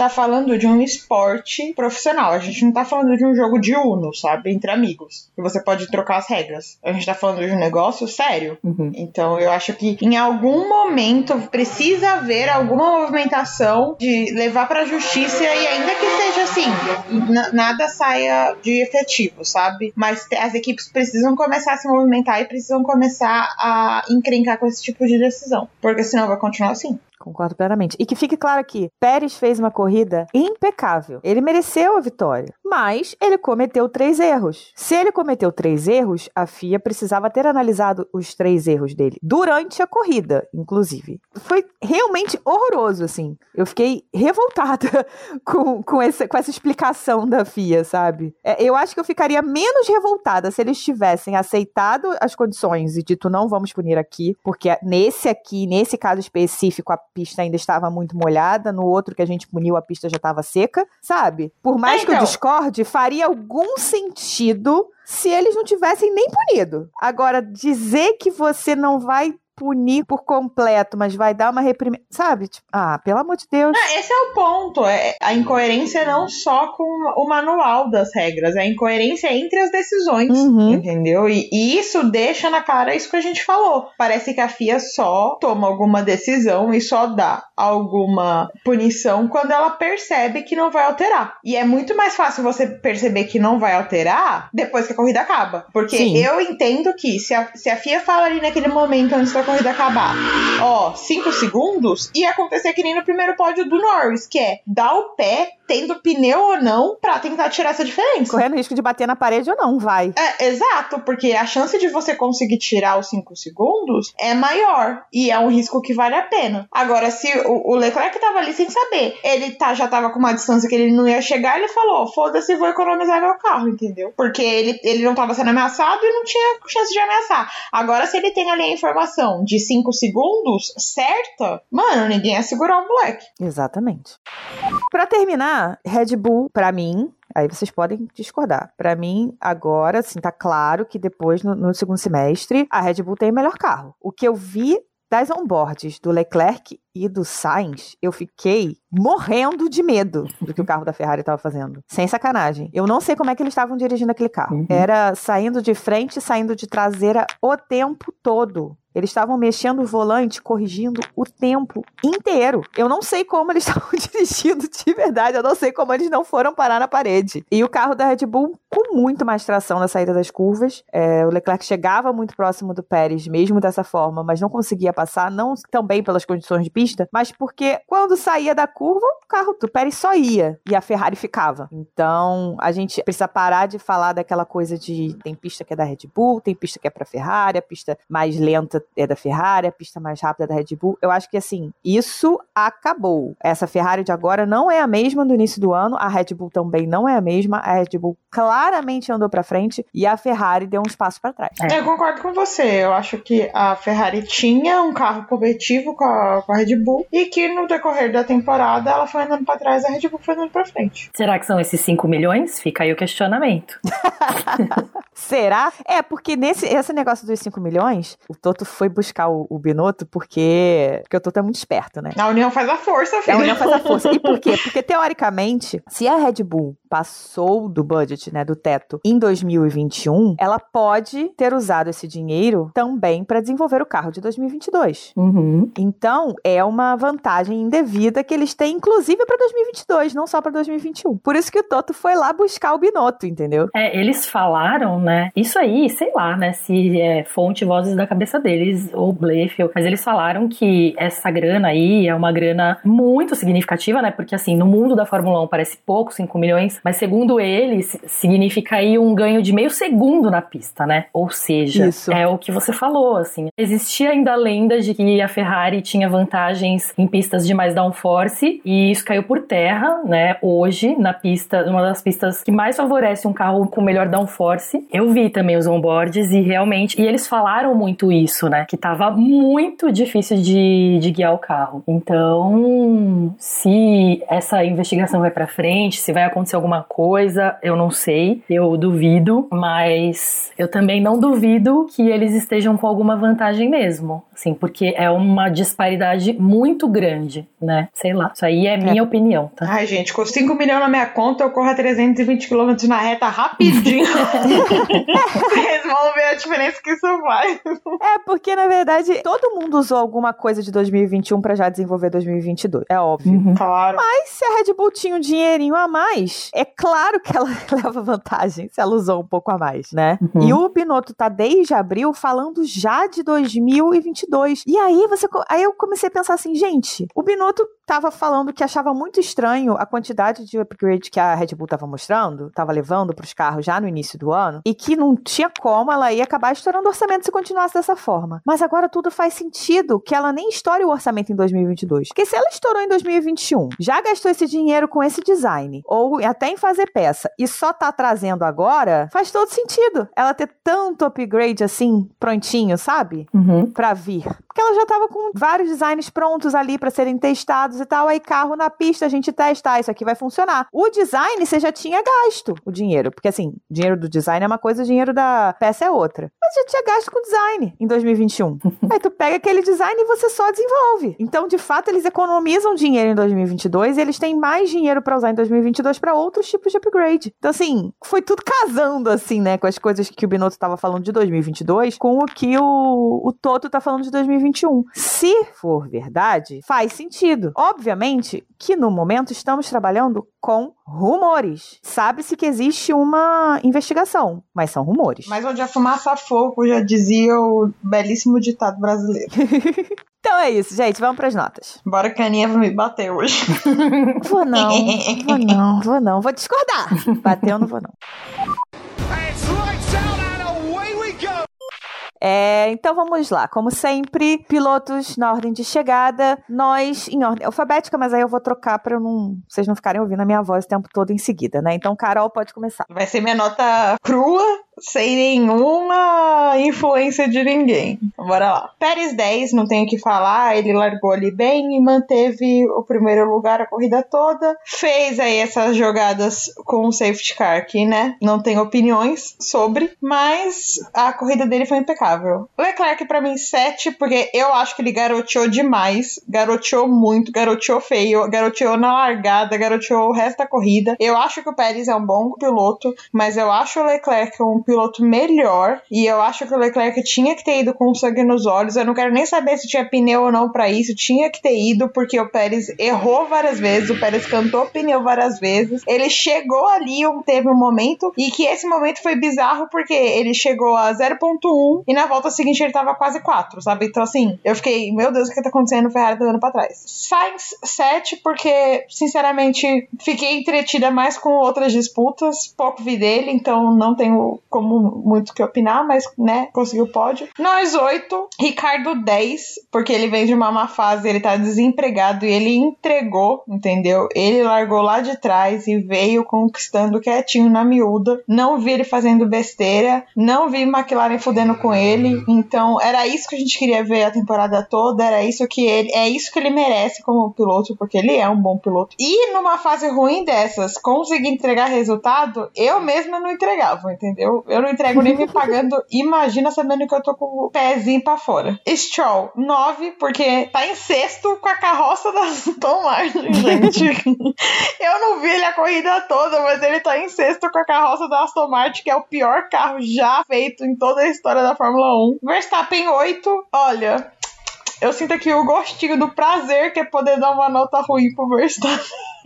tá falando de um esporte profissional. A gente não tá falando de um jogo de Uno, sabe? Entre amigos. Que você pode trocar as regras. A gente tá falando de um negócio sério. Uhum. Então eu acho que em algum momento precisa haver alguma movimentação de levar pra justiça, e ainda que seja assim, n- nada saia de efetivo, sabe? Mas te- as equipes precisam começar a se movimentar e precisam começar a encrencar com esse tipo de decisão. Porque senão vai continuar assim. Concordo plenamente. E que fique claro aqui, Pérez fez uma corrida impecável. Ele mereceu a vitória, mas ele cometeu três erros. Se ele cometeu três erros, a F I A precisava ter analisado os três erros dele durante a corrida, inclusive. Foi realmente horroroso, assim. Eu fiquei revoltada com, com, esse, com essa explicação da F I A, sabe? É, eu acho que eu ficaria menos revoltada se eles tivessem aceitado as condições e dito, não vamos punir aqui, porque nesse aqui, nesse caso específico, a pista ainda estava muito molhada, no outro que a gente puniu, a pista já estava seca, sabe? Por mais É, que eu então. discorde, faria algum sentido se eles não tivessem nem punido. Agora, dizer que você não vai punir por completo, mas vai dar uma reprimenda, sabe? Tipo, ah, pelo amor de Deus. Ah, esse é o ponto. É, a incoerência não só com o manual das regras, é a incoerência entre as decisões, Uhum. entendeu? E, e isso deixa na cara isso que a gente falou. Parece que a F I A só toma alguma decisão e só dá alguma punição quando ela percebe que não vai alterar. E é muito mais fácil você perceber que não vai alterar depois que a corrida acaba. Porque Sim. eu entendo que se a, se a F I A fala ali naquele momento antes da corrida acabar, ó, cinco segundos, ia acontecer que nem no primeiro pódio do Norris, que é dar o pé, tendo pneu ou não, pra tentar tirar essa diferença. Correndo risco de bater na parede ou não, vai. É, exato, porque a chance de você conseguir tirar os cinco segundos é maior, e é um risco que vale a pena. Agora, se o, o Leclerc tava ali sem saber, ele tá, já tava com uma distância que ele não ia chegar, ele falou, foda-se, vou economizar meu carro, entendeu? Porque ele, ele não tava sendo ameaçado e não tinha chance de ameaçar. Agora, se ele tem ali a informação de cinco segundos certa, mano, ninguém ia segurar o moleque. Exatamente. Pra terminar, Red Bull, pra mim, aí vocês podem discordar. Pra mim, agora, assim, tá claro que depois, no, no segundo semestre, a Red Bull tem o melhor carro. O que eu vi das onboards do Leclerc e do Sainz, eu fiquei morrendo de medo do que o carro da Ferrari estava fazendo. Sem sacanagem. Eu não sei como é que eles estavam dirigindo aquele carro. Uhum. Era saindo de frente, saindo de traseira o tempo todo. Eles estavam mexendo o volante, corrigindo o tempo inteiro. Eu não sei como eles estavam dirigindo de verdade. Eu não sei como eles não foram parar na parede. E o carro da Red Bull com muito mais tração na saída das curvas. É, o Leclerc chegava muito próximo do Pérez, mesmo dessa forma, mas não conseguia passar, não também pelas condições de pista, mas porque quando saía da curva, o carro do Pérez só ia e a Ferrari ficava. Então, a gente precisa parar de falar daquela coisa de tem pista que é da Red Bull, tem pista que é pra Ferrari, a pista mais lenta é da Ferrari, a pista mais rápida é da Red Bull. Eu acho que, assim, isso acabou. Essa Ferrari de agora não é a mesma do início do ano, a Red Bull também não é a mesma, a Red Bull claramente andou pra frente e a Ferrari deu uns passos pra trás. É. Eu concordo com você. Eu acho que a Ferrari tinha um carro competitivo com a, com a Red Bull e que no decorrer da temporada ela foi andando pra trás, a Red Bull foi andando pra frente. Será que são esses cinco milhões? Fica aí o questionamento. Será? É, porque nesse esse negócio dos cinco milhões, o Toto foi buscar o, o Binotto porque, porque o Toto é muito esperto, né? A união faz a força, filho. A união faz a força. E por quê? Porque, teoricamente, se a Red Bull passou do budget, né, do teto, em dois mil e vinte e um, ela pode ter usado esse dinheiro também para desenvolver o carro de dois mil e vinte e dois. Uhum. Então, é uma vantagem indevida que eles têm, inclusive, para dois mil e vinte e dois, não só para dois mil e vinte e um. Por isso que o Toto foi lá buscar o Binotto, entendeu? É, eles falaram, né, isso aí, sei lá, né, se é fonte vozes da cabeça deles ou blefe, mas eles falaram que essa grana aí é uma grana muito significativa, né, porque assim, no mundo da Fórmula um parece pouco, cinco milhões, mas segundo eles, significa aí um ganho de meio segundo na pista, né, ou seja, Isso. é o que você falou, assim, existia ainda a lenda de que a Ferrari tinha vantagens em pistas de mais downforce e isso caiu por terra, né, hoje, na pista, uma das pistas que mais favorece um carro com melhor downforce. Eu vi também os onboards e realmente, e eles falaram muito isso, né, que tava muito difícil de, de guiar o carro. Então, se essa investigação vai pra frente, se vai acontecer alguma coisa, eu não sei, eu duvido, mas eu também não duvido que eles estejam com alguma vantagem mesmo, assim, porque é uma disparidade muito grande né? Sei lá. Isso aí é minha é. opinião, tá? Ai, gente, com cinco milhões na minha conta, eu corro a trezentos e vinte quilômetros na reta rapidinho. Vocês vão ver a diferença que isso faz. É, porque, na verdade, todo mundo usou alguma coisa de dois mil e vinte e um pra já desenvolver dois mil e vinte e dois. É óbvio. Uhum. Claro. Mas se a Red Bull tinha um dinheirinho a mais, é claro que ela leva vantagem se ela usou um pouco a mais, né? Uhum. E o Binotto tá desde abril falando já de dois mil e vinte e dois. E aí, você, aí eu comecei a pensar assim, gente, o Binotto tava falando que achava muito estranho a quantidade de upgrade que a Red Bull tava mostrando, tava levando pros carros já no início do ano, e que não tinha como ela ia acabar estourando o orçamento se continuasse dessa forma. Mas agora tudo faz sentido que ela nem estoure o orçamento em dois mil e vinte e dois. Porque se ela estourou em dois mil e vinte e um, já gastou esse dinheiro com esse design, ou até em fazer peça, e só tá trazendo agora, faz todo sentido ela ter tanto upgrade assim, prontinho, sabe? Uhum. Pra vir. Porque ela já tava com vários designs prontos ali pra serem testados e tal, aí carro na pista, a gente testa, ah, isso aqui vai funcionar. O design, você já tinha gasto o dinheiro, porque assim, o dinheiro do design é uma coisa, o dinheiro da peça é outra. Mas já tinha gasto com design em dois mil e vinte e um. Aí tu pega aquele design e você só desenvolve. Então, de fato, eles economizam dinheiro em dois mil e vinte e dois e eles têm mais dinheiro pra usar em dois mil e vinte e dois pra outros tipos de upgrade. Então, assim, foi tudo casando, assim, né, com as coisas que o Binotto tava falando de dois mil e vinte e dois com o que o, o Toto tá falando de dois mil e vinte e um. Se for verdade, faz sentido. Obviamente que no momento estamos trabalhando com rumores. Sabe-se que existe uma investigação, mas são rumores. Mas onde a fumaça há fogo, já dizia o belíssimo ditado brasileiro. Então é isso, gente. Vamos pras notas. Bora que a Aninha vai me bater hoje. Vou não, vou não, vou não. Vou discordar. Bateu, não vou não. É, então vamos lá, como sempre, pilotos na ordem de chegada, nós em ordem alfabética, mas aí eu vou trocar pra não, vocês não ficarem ouvindo a minha voz o tempo todo em seguida, né? Então, Carol, pode começar. Vai ser minha nota crua, sem nenhuma influência de ninguém. Bora lá. Pérez dez, não tenho o que falar, ele largou ali bem e manteve o primeiro lugar a corrida toda. Fez aí essas jogadas com o safety car aqui, né? Não tenho opiniões sobre, mas a corrida dele foi impecável. Leclerc pra mim sete, porque eu acho que ele garoteou demais, garoteou muito, garoteou feio, garoteou na largada, garoteou o resto da corrida. Eu acho que o Pérez é um bom piloto, mas eu acho o Leclerc um piloto melhor, e eu acho que o Leclerc tinha que ter ido com sangue nos olhos. Eu não quero nem saber se tinha pneu ou não pra isso, tinha que ter ido, porque o Pérez errou várias vezes, o Pérez cantou pneu várias vezes, ele chegou ali, teve um momento, e que esse momento foi bizarro, porque ele chegou a zero ponto um, e na volta seguinte ele tava quase quatro, sabe? Então assim, eu fiquei, meu Deus, o que tá acontecendo? O Ferrari tá dando pra trás. Sainz sete, porque sinceramente fiquei entretida mais com outras disputas, pouco vi dele, então não tenho como muito que opinar, mas né, conseguiu o pódio. Nós oito, Ricardo dez, porque ele vem de uma má fase, ele tá desempregado e ele entregou, entendeu? Ele largou lá de trás e veio conquistando quietinho na miúda, não vi ele fazendo besteira, não vi McLaren fudendo com ele. Ele, então era isso que a gente queria ver a temporada toda, era isso que ele, é isso que ele merece como piloto, porque ele é um bom piloto. E numa fase ruim dessas, conseguir entregar resultado, eu mesma não entregava, entendeu? Eu não entrego nem me pagando, imagina sabendo que eu tô com o pezinho pra fora. Stroll, nove, porque tá em sexto com a carroça da Aston Martin, gente. Eu não vi ele a corrida toda, mas ele tá em sexto com a carroça da Aston Martin, que é o pior carro já feito em toda a história da Fórmula um. Verstappen oito, olha, eu sinto aqui o gostinho do prazer que é poder dar uma nota ruim pro Verstappen.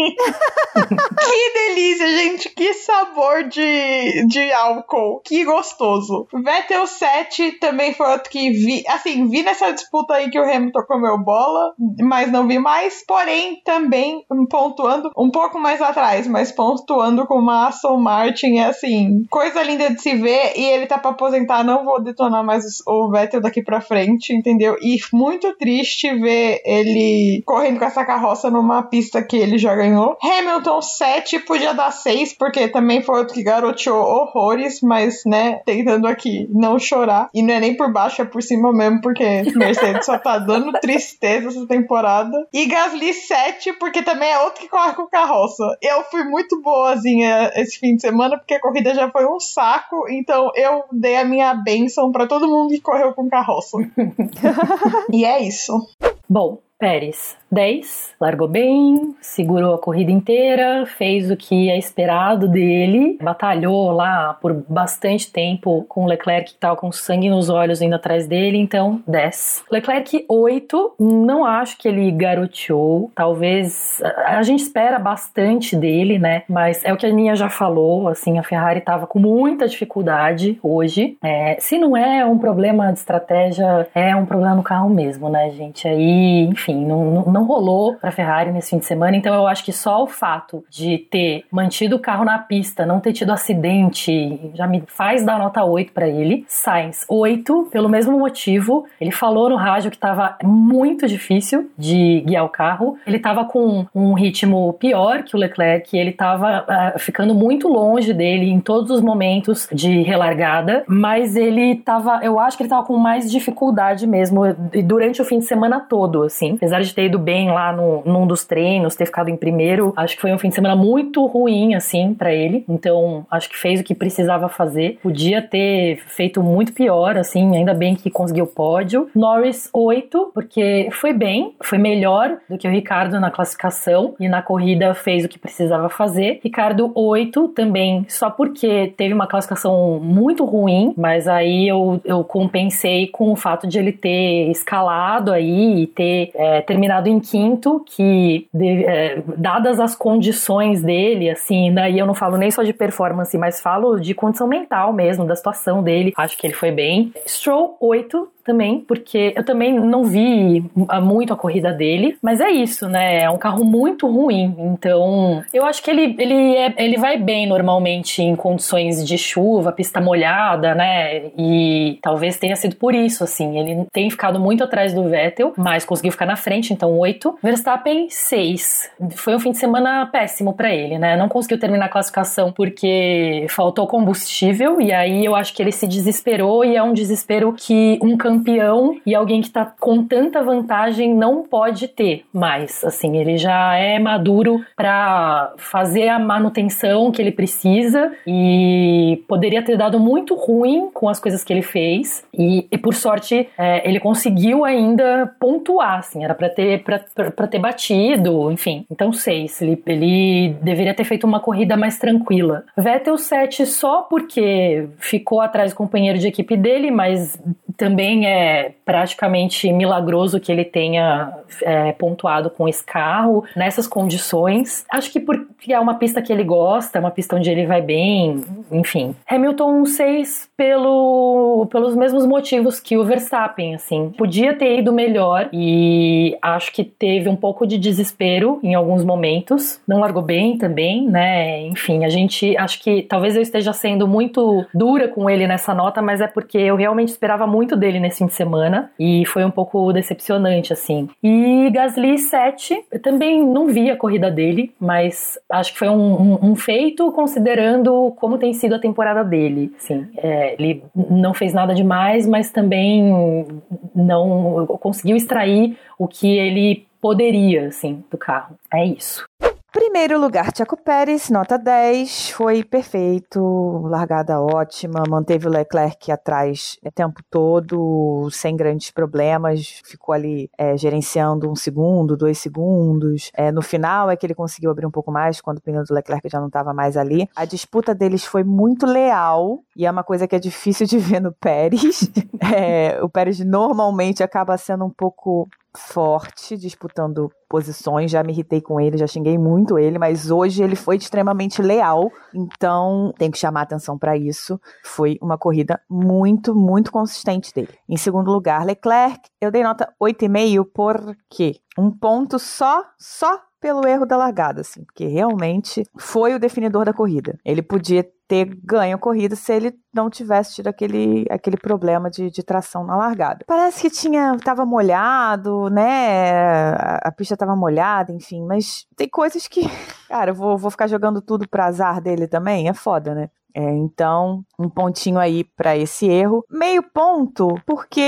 Que delícia, gente, que sabor de, de álcool, que gostoso. Vettel sete também foi outro que vi, assim, vi nessa disputa aí que o Hamilton comeu bola, mas não vi mais, porém também pontuando um pouco mais atrás, mas pontuando com uma Aston Martin, é assim, coisa linda de se ver, e ele tá pra aposentar, não vou detonar mais o Vettel daqui pra frente, entendeu? E muito triste ver ele correndo com essa carroça numa pista que ele joga ganhou. Hamilton sete, podia dar seis, porque também foi outro que garoteou horrores, mas, né, tentando aqui não chorar. E não é nem por baixo, é por cima mesmo, porque Mercedes só tá dando tristeza essa temporada. E Gasly sete, porque também é outro que corre com carroça. Eu fui muito boazinha esse fim de semana, porque a corrida já foi um saco, então eu dei a minha bênção pra todo mundo que correu com carroça. E é isso. Bom, Pérez, dez, largou bem, segurou a corrida inteira, fez o que é esperado dele, batalhou lá por bastante tempo com o Leclerc, que estava com sangue nos olhos indo atrás dele, então dez. Leclerc, oito, não acho que ele garoteou, talvez, a gente espera bastante dele, né, mas é o que a Aninha já falou, assim, a Ferrari estava com muita dificuldade hoje, é, se não é um problema de estratégia, é um problema no carro mesmo, né, gente, aí, enfim, não, não, não rolou pra Ferrari nesse fim de semana, então eu acho que só o fato de ter mantido o carro na pista, não ter tido acidente, já me faz dar nota oito pra ele. Sainz, oito, pelo mesmo motivo, ele falou no rádio que tava muito difícil de guiar o carro, ele tava com um ritmo pior que o Leclerc, ele tava uh, ficando muito longe dele em todos os momentos de relargada, mas ele tava, eu acho que ele tava com mais dificuldade mesmo durante o fim de semana todo, assim, apesar de ter ido bem lá no, num dos treinos, ter ficado em primeiro, acho que foi um fim de semana muito ruim, assim, pra ele, então acho que fez o que precisava fazer, podia ter feito muito pior, assim, ainda bem que conseguiu o pódio. Norris, oito, porque foi bem, foi melhor do que o Ricardo na classificação, e na corrida fez o que precisava fazer. Ricardo, oito, também, só porque teve uma classificação muito ruim, mas aí eu, eu compensei com o fato de ele ter escalado aí e ter é, terminado em quinto, que de, é, dadas as condições dele, assim, daí eu não falo nem só de performance, mas falo de condição mental mesmo, da situação dele, acho que ele foi bem. Stroll, oito, também, porque eu também não vi muito a corrida dele, mas é isso, né, é um carro muito ruim, então eu acho que ele, ele, é, ele vai bem normalmente em condições de chuva, pista molhada, né, e talvez tenha sido por isso, assim, ele tem ficado muito atrás do Vettel, mas conseguiu ficar na frente, então oito. Verstappen, seis. Foi um fim de semana péssimo pra ele, né, não conseguiu terminar a classificação porque faltou combustível, e aí eu acho que ele se desesperou, e é um desespero que um campeão e alguém que tá com tanta vantagem não pode ter mais, assim, ele já é maduro pra fazer a manutenção que ele precisa e poderia ter dado muito ruim com as coisas que ele fez e, e por sorte é, ele conseguiu ainda pontuar, assim, era pra ter, pra, pra, pra ter batido, enfim, então seis, ele, ele deveria ter feito uma corrida mais tranquila. Vettel, sete, só porque ficou atrás do companheiro de equipe dele, mas também é praticamente milagroso que ele tenha é, pontuado com esse carro nessas condições. Acho que porque é uma pista que ele gosta, é uma pista onde ele vai bem, enfim. Hamilton, seis, pelo, pelos mesmos motivos que o Verstappen, assim. Podia ter ido melhor e acho que teve um pouco de desespero em alguns momentos. Não largou bem também, né? Enfim, a gente, acho que talvez eu esteja sendo muito dura com ele nessa nota, mas é porque eu realmente esperava muito dele nesse fim de semana e foi um pouco decepcionante, assim. E Gasly, sete, eu também não vi a corrida dele, mas acho que foi um, um, um feito considerando como tem sido a temporada dele, assim. É, ele não fez nada demais, mas também não conseguiu extrair o que ele poderia, assim, do carro. É isso. Primeiro lugar, Checo Pérez, nota dez, foi perfeito, largada ótima, manteve o Leclerc atrás o tempo todo, sem grandes problemas, ficou ali é, gerenciando um segundo, dois segundos, é, no final é que ele conseguiu abrir um pouco mais, quando o pneu do Leclerc já não estava mais ali. A disputa deles foi muito leal, e é uma coisa que é difícil de ver no Pérez, é, o Pérez normalmente acaba sendo um pouco forte, disputando posições, já me irritei com ele, já xinguei muito ele, mas hoje ele foi extremamente leal, então tem que chamar atenção para isso. Foi uma corrida muito, muito consistente dele. Em segundo lugar, Leclerc, eu dei nota oito vírgula cinco porque um ponto só, só pelo erro da largada, assim, porque realmente foi o definidor da corrida. Ele podia ter ganho a corrida se ele não tivesse tido aquele, aquele problema de, de tração na largada. Parece que tinha, tava molhado, né, a, a pista tava molhada, enfim, mas tem coisas que, cara, eu vou, vou ficar jogando tudo pra azar dele também, é foda, né? É, então, um pontinho aí pra esse erro. Meio ponto, porque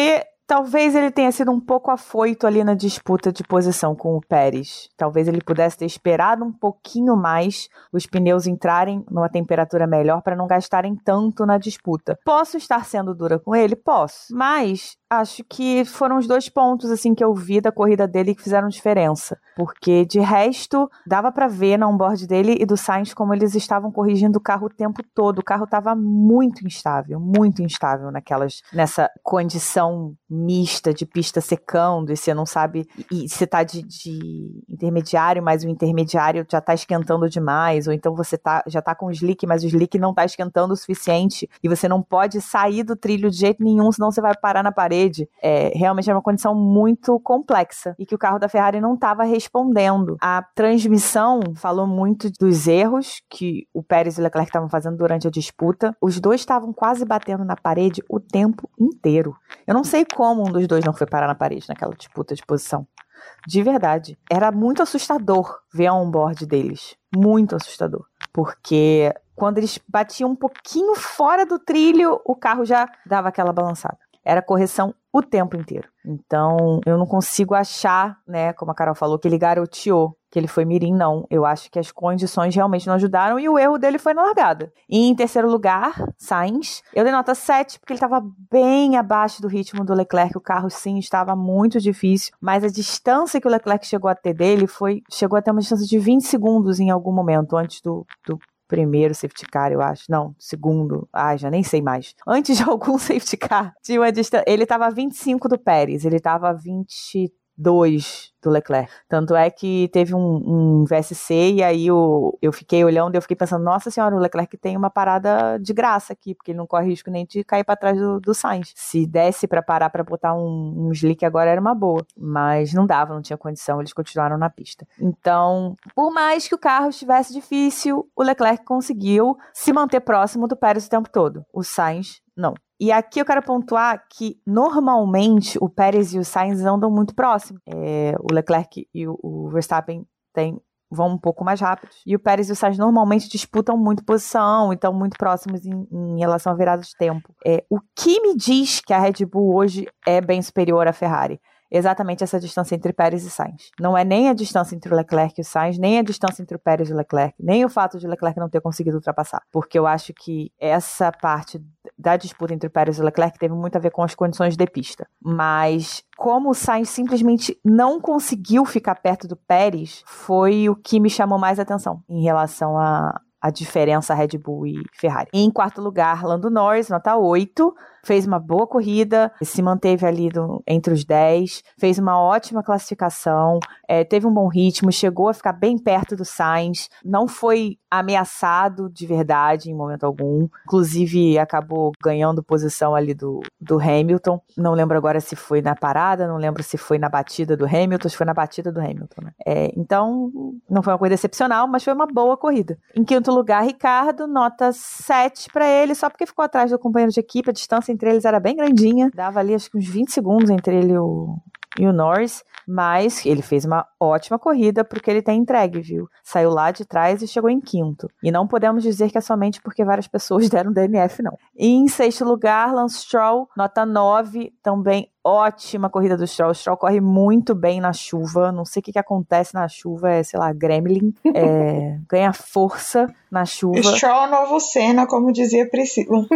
talvez ele tenha sido um pouco afoito ali na disputa de posição com o Pérez. Talvez ele pudesse ter esperado um pouquinho mais os pneus entrarem numa temperatura melhor para não gastarem tanto na disputa. Posso estar sendo dura com ele? Posso. Mas acho que foram os dois pontos assim que eu vi da corrida dele que fizeram diferença. Porque de resto, dava para ver na onboard dele e do Sainz como eles estavam corrigindo o carro o tempo todo. O carro estava muito instável, muito instável naquelas, nessa condição mista de pista secando e você não sabe, e você tá de, de intermediário, mas o intermediário já tá esquentando demais, ou então você tá, já tá com o slick, mas o slick não tá esquentando o suficiente e você não pode sair do trilho de jeito nenhum, senão você vai parar na parede. É, realmente é uma condição muito complexa e que o carro da Ferrari não estava respondendo. A transmissão falou muito dos erros que o Pérez e o Leclerc estavam fazendo durante a disputa. Os dois estavam quase batendo na parede o tempo inteiro. Eu não sei como um dos dois não foi parar na parede naquela disputa de posição. De verdade. Era muito assustador ver a onboard deles. Muito assustador. Porque quando eles batiam um pouquinho fora do trilho, o carro já dava aquela balançada. Era correção o tempo inteiro. Então, eu não consigo achar, né, como a Carol falou, que ele garoteou, que ele foi mirim, não. Eu acho que as condições realmente não ajudaram e o erro dele foi na largada. E em terceiro lugar, Sainz, eu dei nota sete, porque ele estava bem abaixo do ritmo do Leclerc. O carro, sim, estava muito difícil, mas a distância que o Leclerc chegou a ter dele foi, chegou a ter uma distância de vinte segundos em algum momento, antes do, do primeiro safety car, eu acho. Não, segundo. Ai, já nem sei mais. Antes de algum safety car, tinha uma distância. Ele estava a vinte e cinco do Pérez, ele estava a vinte e dois do Leclerc. Tanto é que teve um, um V S C e aí eu, eu fiquei olhando e eu fiquei pensando, nossa senhora, o Leclerc tem uma parada de graça aqui, porque ele não corre risco nem de cair para trás do, do Sainz. Se desse para parar para botar um, um slick agora era uma boa, mas não dava, não tinha condição, eles continuaram na pista. Então, por mais que o carro estivesse difícil, o Leclerc conseguiu se manter próximo do Pérez o tempo todo. O Sainz, não. E aqui eu quero pontuar que, normalmente, o Pérez e o Sainz andam muito próximos. É, o Leclerc e o, o Verstappen tem, vão um pouco mais rápidos. E o Pérez e o Sainz normalmente disputam muito posição e estão muito próximos em, em relação à virada de tempo. É, o que me diz que a Red Bull hoje é bem superior à Ferrari? Exatamente essa distância entre Pérez e Sainz. Não é nem a distância entre o Leclerc e o Sainz, nem a distância entre o Pérez e o Leclerc, nem o fato de o Leclerc não ter conseguido ultrapassar. Porque eu acho que essa parte da disputa entre o Pérez e o Leclerc teve muito a ver com as condições de pista. Mas como o Sainz simplesmente não conseguiu ficar perto do Pérez, foi o que me chamou mais atenção em relação a a diferença Red Bull e Ferrari. Em quarto lugar, Lando Norris, nota oito, fez uma boa corrida, se manteve ali do, entre os dez, fez uma ótima classificação, é, teve um bom ritmo, chegou a ficar bem perto do Sainz, não foi ameaçado de verdade em momento algum, inclusive acabou ganhando posição ali do, do Hamilton, não lembro agora se foi na parada, não lembro se foi na batida do Hamilton, se foi na batida do Hamilton, né? É, então, não foi uma corrida excepcional, mas foi uma boa corrida. Em quinto lugar, Ricardo, nota sete para ele, só porque ficou atrás do companheiro de equipe, a distância entre eles era bem grandinha, dava ali acho que uns vinte segundos entre ele e o, e o Norris, mas ele fez uma ótima corrida porque ele tem entregue, viu? Saiu lá de trás e chegou em quinto. E não podemos dizer que é somente porque várias pessoas deram D N F, não. E em sexto lugar, Lance Stroll, nota nove, também ótima corrida do Stroll. O Stroll corre muito bem na chuva, não sei o que, que acontece na chuva, é, sei lá, gremlin, é, ganha força na chuva. Stroll é o novo Senna, como dizia Priscila.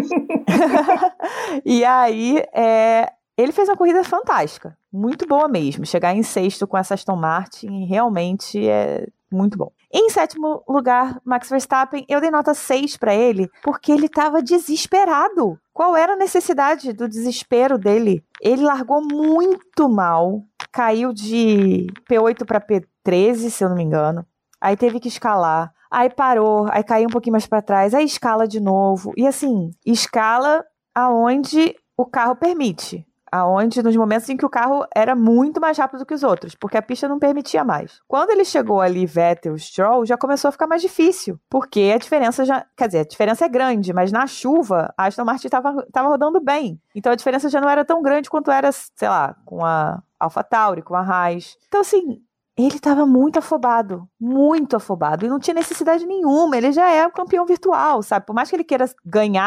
E aí, é... ele fez uma corrida fantástica, muito boa mesmo. Chegar em sexto com essa Aston Martin realmente é muito bom. Em sétimo lugar, Max Verstappen, eu dei nota seis para ele, porque ele estava desesperado. Qual era a necessidade do desespero dele? Ele largou muito mal, caiu de P oito para P treze, se eu não me engano. Aí teve que escalar, aí parou, aí caiu um pouquinho mais para trás, aí escala de novo. E assim, escala aonde o carro permite. Aonde, nos momentos em que o carro era muito mais rápido que os outros, porque a pista não permitia mais. Quando ele chegou ali, Vettel, Stroll, já começou a ficar mais difícil, porque a diferença já, quer dizer, a diferença é grande, mas na chuva, a Aston Martin estava tava rodando bem. Então a diferença já não era tão grande quanto era, sei lá, com a AlphaTauri, com a Haas. Então assim, ele estava muito afobado, muito afobado, e não tinha necessidade nenhuma, ele já é o campeão virtual, sabe? Por mais que ele queira ganhar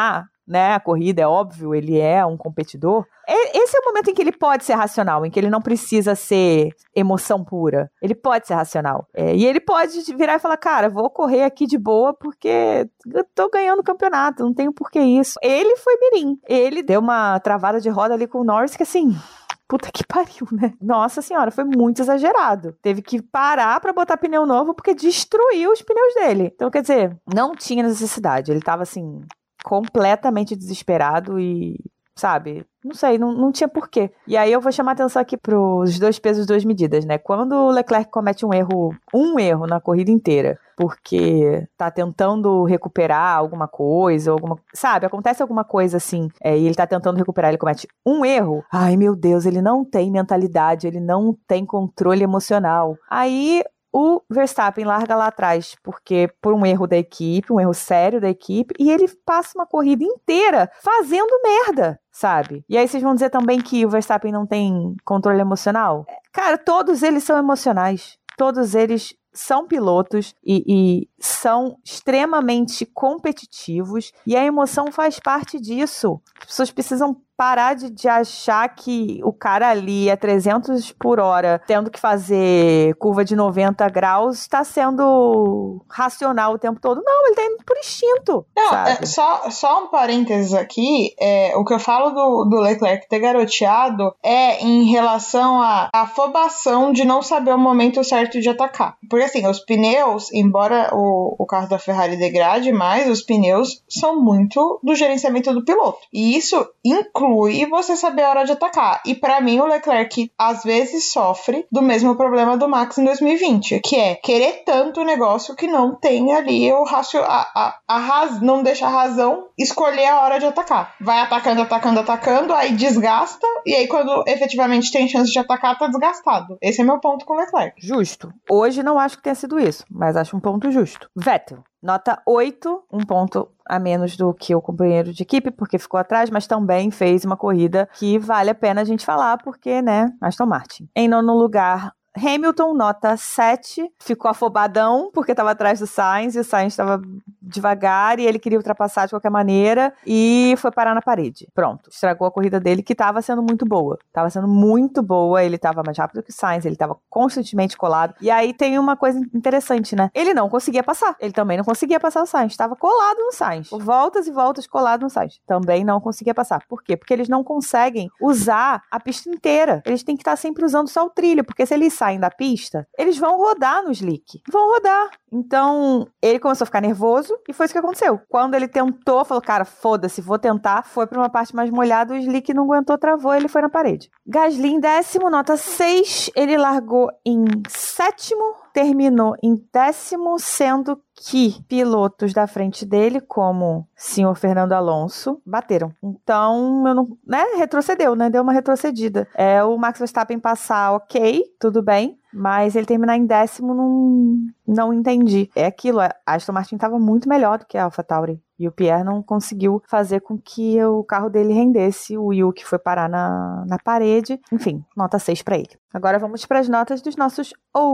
né, a corrida, é óbvio, ele é um competidor. Esse é o momento em que ele pode ser racional, em que ele não precisa ser emoção pura. Ele pode ser racional. É, e ele pode virar e falar, cara, vou correr aqui de boa porque eu tô ganhando o campeonato, não tenho por que isso. Ele foi mirim. Ele deu uma travada de roda ali com o Norris que, assim... Puta que pariu, né? Nossa senhora, foi muito exagerado. Teve que parar pra botar pneu novo porque destruiu os pneus dele. Então, quer dizer, não tinha necessidade. Ele tava, assim, completamente desesperado e, sabe... Não sei, não, não tinha porquê. E aí eu vou chamar a atenção aqui pros dois pesos, duas medidas, né? Quando o Leclerc comete um erro, um erro na corrida inteira, porque tá tentando recuperar alguma coisa, alguma, sabe? Acontece alguma coisa assim, é, e ele tá tentando recuperar, ele comete um erro. Ai, meu Deus, ele não tem mentalidade, ele não tem controle emocional. Aí... o Verstappen larga lá atrás, porque por um erro da equipe, um erro sério da equipe, e ele passa uma corrida inteira fazendo merda, sabe? E aí vocês vão dizer também que o Verstappen não tem controle emocional? Cara, todos eles são emocionais. Todos eles são pilotos e, e são extremamente competitivos, e a emoção faz parte disso. As pessoas precisam parar de, de achar que o cara ali a trezentos por hora, tendo que fazer curva de noventa graus, está sendo racional o tempo todo. Não, ele tá indo por instinto. Não, é, só, só um parênteses aqui, é, o que eu falo do, do Leclerc ter garoteado é em relação à afobação de não saber o momento certo de atacar. Porque assim, os pneus, embora o, o carro da Ferrari degrade mais, os pneus são muito do gerenciamento do piloto. E isso inclui e você saber a hora de atacar. E pra mim o Leclerc às vezes sofre do mesmo problema do Max em dois mil e vinte, que é querer tanto o negócio que não tem ali o racio, a, a, a raz, não deixa a razão escolher a hora de atacar. Vai atacando, atacando, atacando, aí desgasta, e aí quando efetivamente tem chance de atacar, tá desgastado. Esse é meu ponto com o Leclerc. Justo. Hoje não acho que tenha sido isso, mas acho um ponto justo. Vettel. Nota oito, um ponto a menos do que o companheiro de equipe, porque ficou atrás, mas também fez uma corrida que vale a pena a gente falar, porque, né, Aston Martin. Em nono lugar, Hamilton, nota sete, ficou afobadão, porque estava atrás do Sainz, e o Sainz estava devagar, e ele queria ultrapassar de qualquer maneira, e foi parar na parede. Pronto, estragou a corrida dele, que estava sendo muito boa. Estava sendo muito boa, ele estava mais rápido que o Sainz, ele estava constantemente colado. E aí tem uma coisa interessante, né? Ele não conseguia passar, ele também não conseguia passar o Sainz, estava colado no Sainz. Por voltas e voltas colado no Sainz. Também não conseguia passar. Por quê? Porque eles não conseguem usar a pista inteira. Eles têm que estar sempre usando só o trilho, porque se eles saem da pista, eles vão rodar no slick. Vão rodar. Então, ele começou a ficar nervoso e foi isso que aconteceu. Quando ele tentou, falou, cara, foda-se, vou tentar, foi pra uma parte mais molhada, o slick não aguentou, travou, ele foi na parede. Gasly em décimo, nota seis, ele largou em sétimo, terminou em décimo, sendo que pilotos da frente dele, como o senhor Fernando Alonso, bateram. Então, eu não, né, retrocedeu, né, deu uma retrocedida. É, o Max Verstappen passar, ok, tudo bem, mas ele terminar em décimo, não, não entendi. É aquilo, a Aston Martin estava muito melhor do que a AlphaTauri. E o Pierre não conseguiu fazer com que o carro dele rendesse. O Yuki foi parar na, na parede. Enfim, nota seis para ele. Agora vamos para as notas dos nossos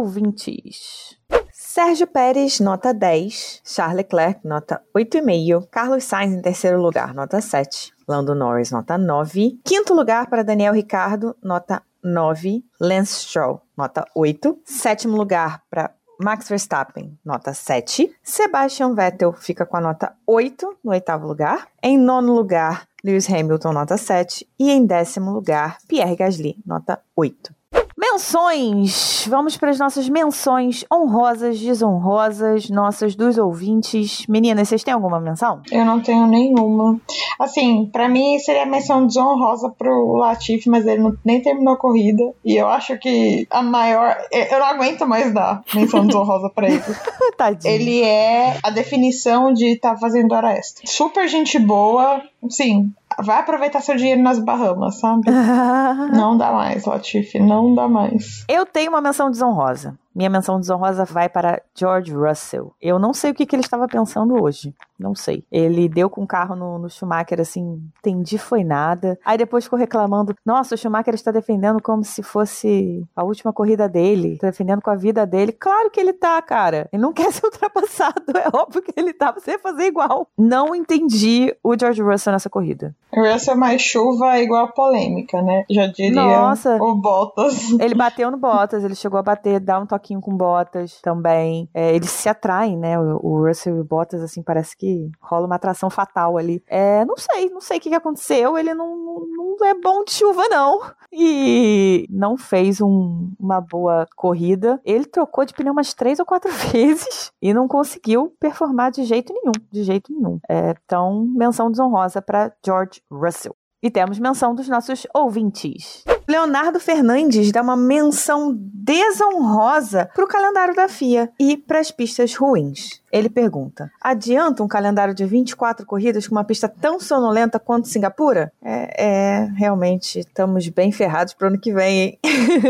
ouvintes. Sérgio Pérez, nota dez. Charles Leclerc, nota oito vírgula cinco. Carlos Sainz, em terceiro lugar, nota sete. Lando Norris, nota nove. Quinto lugar para Daniel Ricciardo, nota nove. Lance Stroll, nota oito. Sétimo lugar para Max Verstappen, nota sete. Sebastian Vettel fica com a nota oito no oitavo lugar. Em nono lugar, Lewis Hamilton, nota sete. E em décimo lugar, Pierre Gasly, nota oito. Menções! Vamos para as nossas menções honrosas, desonrosas, nossas dos ouvintes. Meninas, vocês têm alguma menção? Eu não tenho nenhuma. Assim, pra mim seria a menção desonrosa pro Latifi, mas ele não, nem terminou a corrida. E eu acho que a maior... Eu não aguento mais dar menção desonrosa pra ele. Tadinho. Ele é a definição de estar tá fazendo hora extra. Super gente boa, sim. Vai aproveitar seu dinheiro nas Bahamas, sabe? Não dá mais, Latifi, não dá mais. Eu tenho uma menção desonrosa. Minha menção desonrosa vai para George Russell. Eu não sei o que, que ele estava pensando hoje. não sei. Ele deu com o carro no, no Schumacher, assim, entendi foi nada. Aí depois ficou reclamando, nossa, o Schumacher está defendendo como se fosse a última corrida dele, tá defendendo com a vida dele. Claro que ele tá, cara. Ele não quer ser ultrapassado, é óbvio que ele tá, você ia fazer igual. Não entendi o George Russell nessa corrida. O Russell mais chuva é igual a polêmica, né? Já diria Nossa. o Bottas. Ele bateu no Bottas, ele chegou a bater, dar um toquinho com Bottas também. É, eles se atraem, né? O, o Russell e o Bottas, assim, parece que rola uma atração fatal ali. É, não sei, não sei o que, que aconteceu. Ele não, não, não é bom de chuva, não. E não fez um, uma boa corrida. Ele trocou de pneu umas três ou quatro vezes e não conseguiu performar de jeito nenhum. De jeito nenhum. É, então, menção desonrosa para George Russell. E temos menção dos nossos ouvintes. Leonardo Fernandes dá uma menção desonrosa para o calendário da F I A e para as pistas ruins. Ele pergunta, adianta um calendário de vinte e quatro corridas com uma pista tão sonolenta quanto Singapura? É, é realmente, estamos bem ferrados para o ano que vem, hein?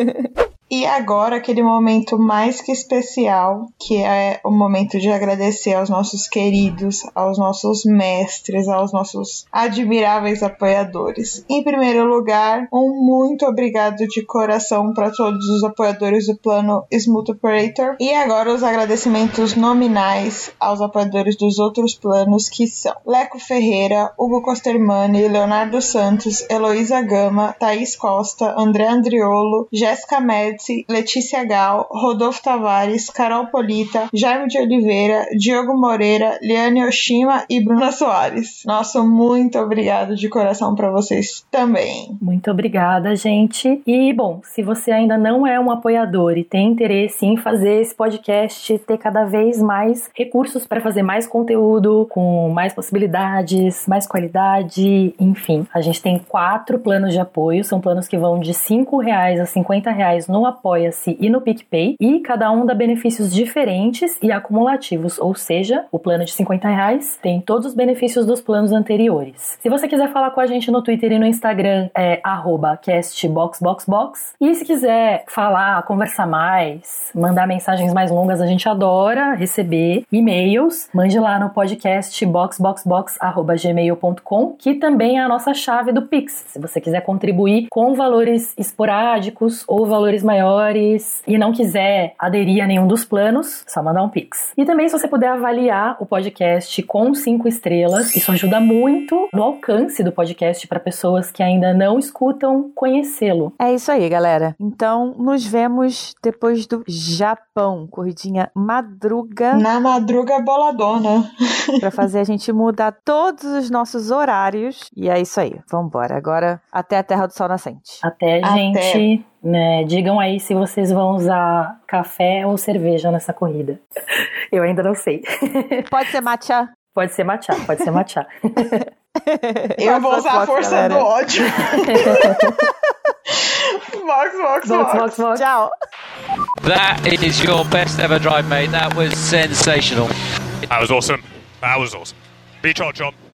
E agora, aquele momento mais que especial, que é o momento de agradecer aos nossos queridos, aos nossos mestres, aos nossos admiráveis apoiadores. Em primeiro lugar, um muito obrigado de coração para todos os apoiadores do plano Smooth Operator. E agora os agradecimentos nominais aos apoiadores dos outros planos, que são Leco Ferreira, Hugo Costermani, Leonardo Santos, Heloísa Gama, Thaís Costa, André Andriolo, Jéssica Médici, Letícia Gal, Rodolfo Tavares, Carol Polita, Jaime de Oliveira, Diogo Moreira, Liane Oshima e Bruna Soares. Nosso muito obrigado de coração para vocês também. Muito obrigada, gente. E, bom, se você ainda não é um apoiador e tem interesse em fazer esse podcast ter cada vez mais recursos para fazer mais conteúdo, com mais possibilidades, mais qualidade, enfim, a gente tem quatro planos de apoio, são planos que vão de cinco reais a cinquenta reais no Apoia-se e no PicPay, e cada um dá benefícios diferentes e acumulativos, ou seja, o plano de cinquenta reais tem todos os benefícios dos planos anteriores. Se você quiser falar com a gente no Twitter e no Instagram, é arroba castboxboxbox, e se quiser falar, conversar mais, mandar mensagens mais longas, a gente adora receber e-mails, mande lá no podcast boxboxbox arroba gmail ponto com, que também é a nossa chave do Pix, se você quiser contribuir com valores esporádicos ou valores maiores e não quiser aderir a nenhum dos planos, só mandar um Pix. E também, se você puder avaliar o podcast com cinco estrelas, isso ajuda muito no alcance do podcast para pessoas que ainda não escutam conhecê-lo. É isso aí, galera. Então, nos vemos depois do Japão. Corridinha madruga. Na madruga boladona. Pra fazer a gente mudar todos os nossos horários. E é isso aí. Vambora. Agora, até a Terra do Sol Nascente. Até, Até. gente. Né, digam aí se vocês vão usar café ou cerveja nessa corrida. Eu ainda não sei. Pode ser matcha? Pode ser matcha, pode ser matcha. Eu vou usar a força galera. do ódio. Vox, Vox, Vox, Vox, Vox. Tchau. That is your best ever drive, mate. That was sensational. That was awesome. That was awesome. Be shot, John.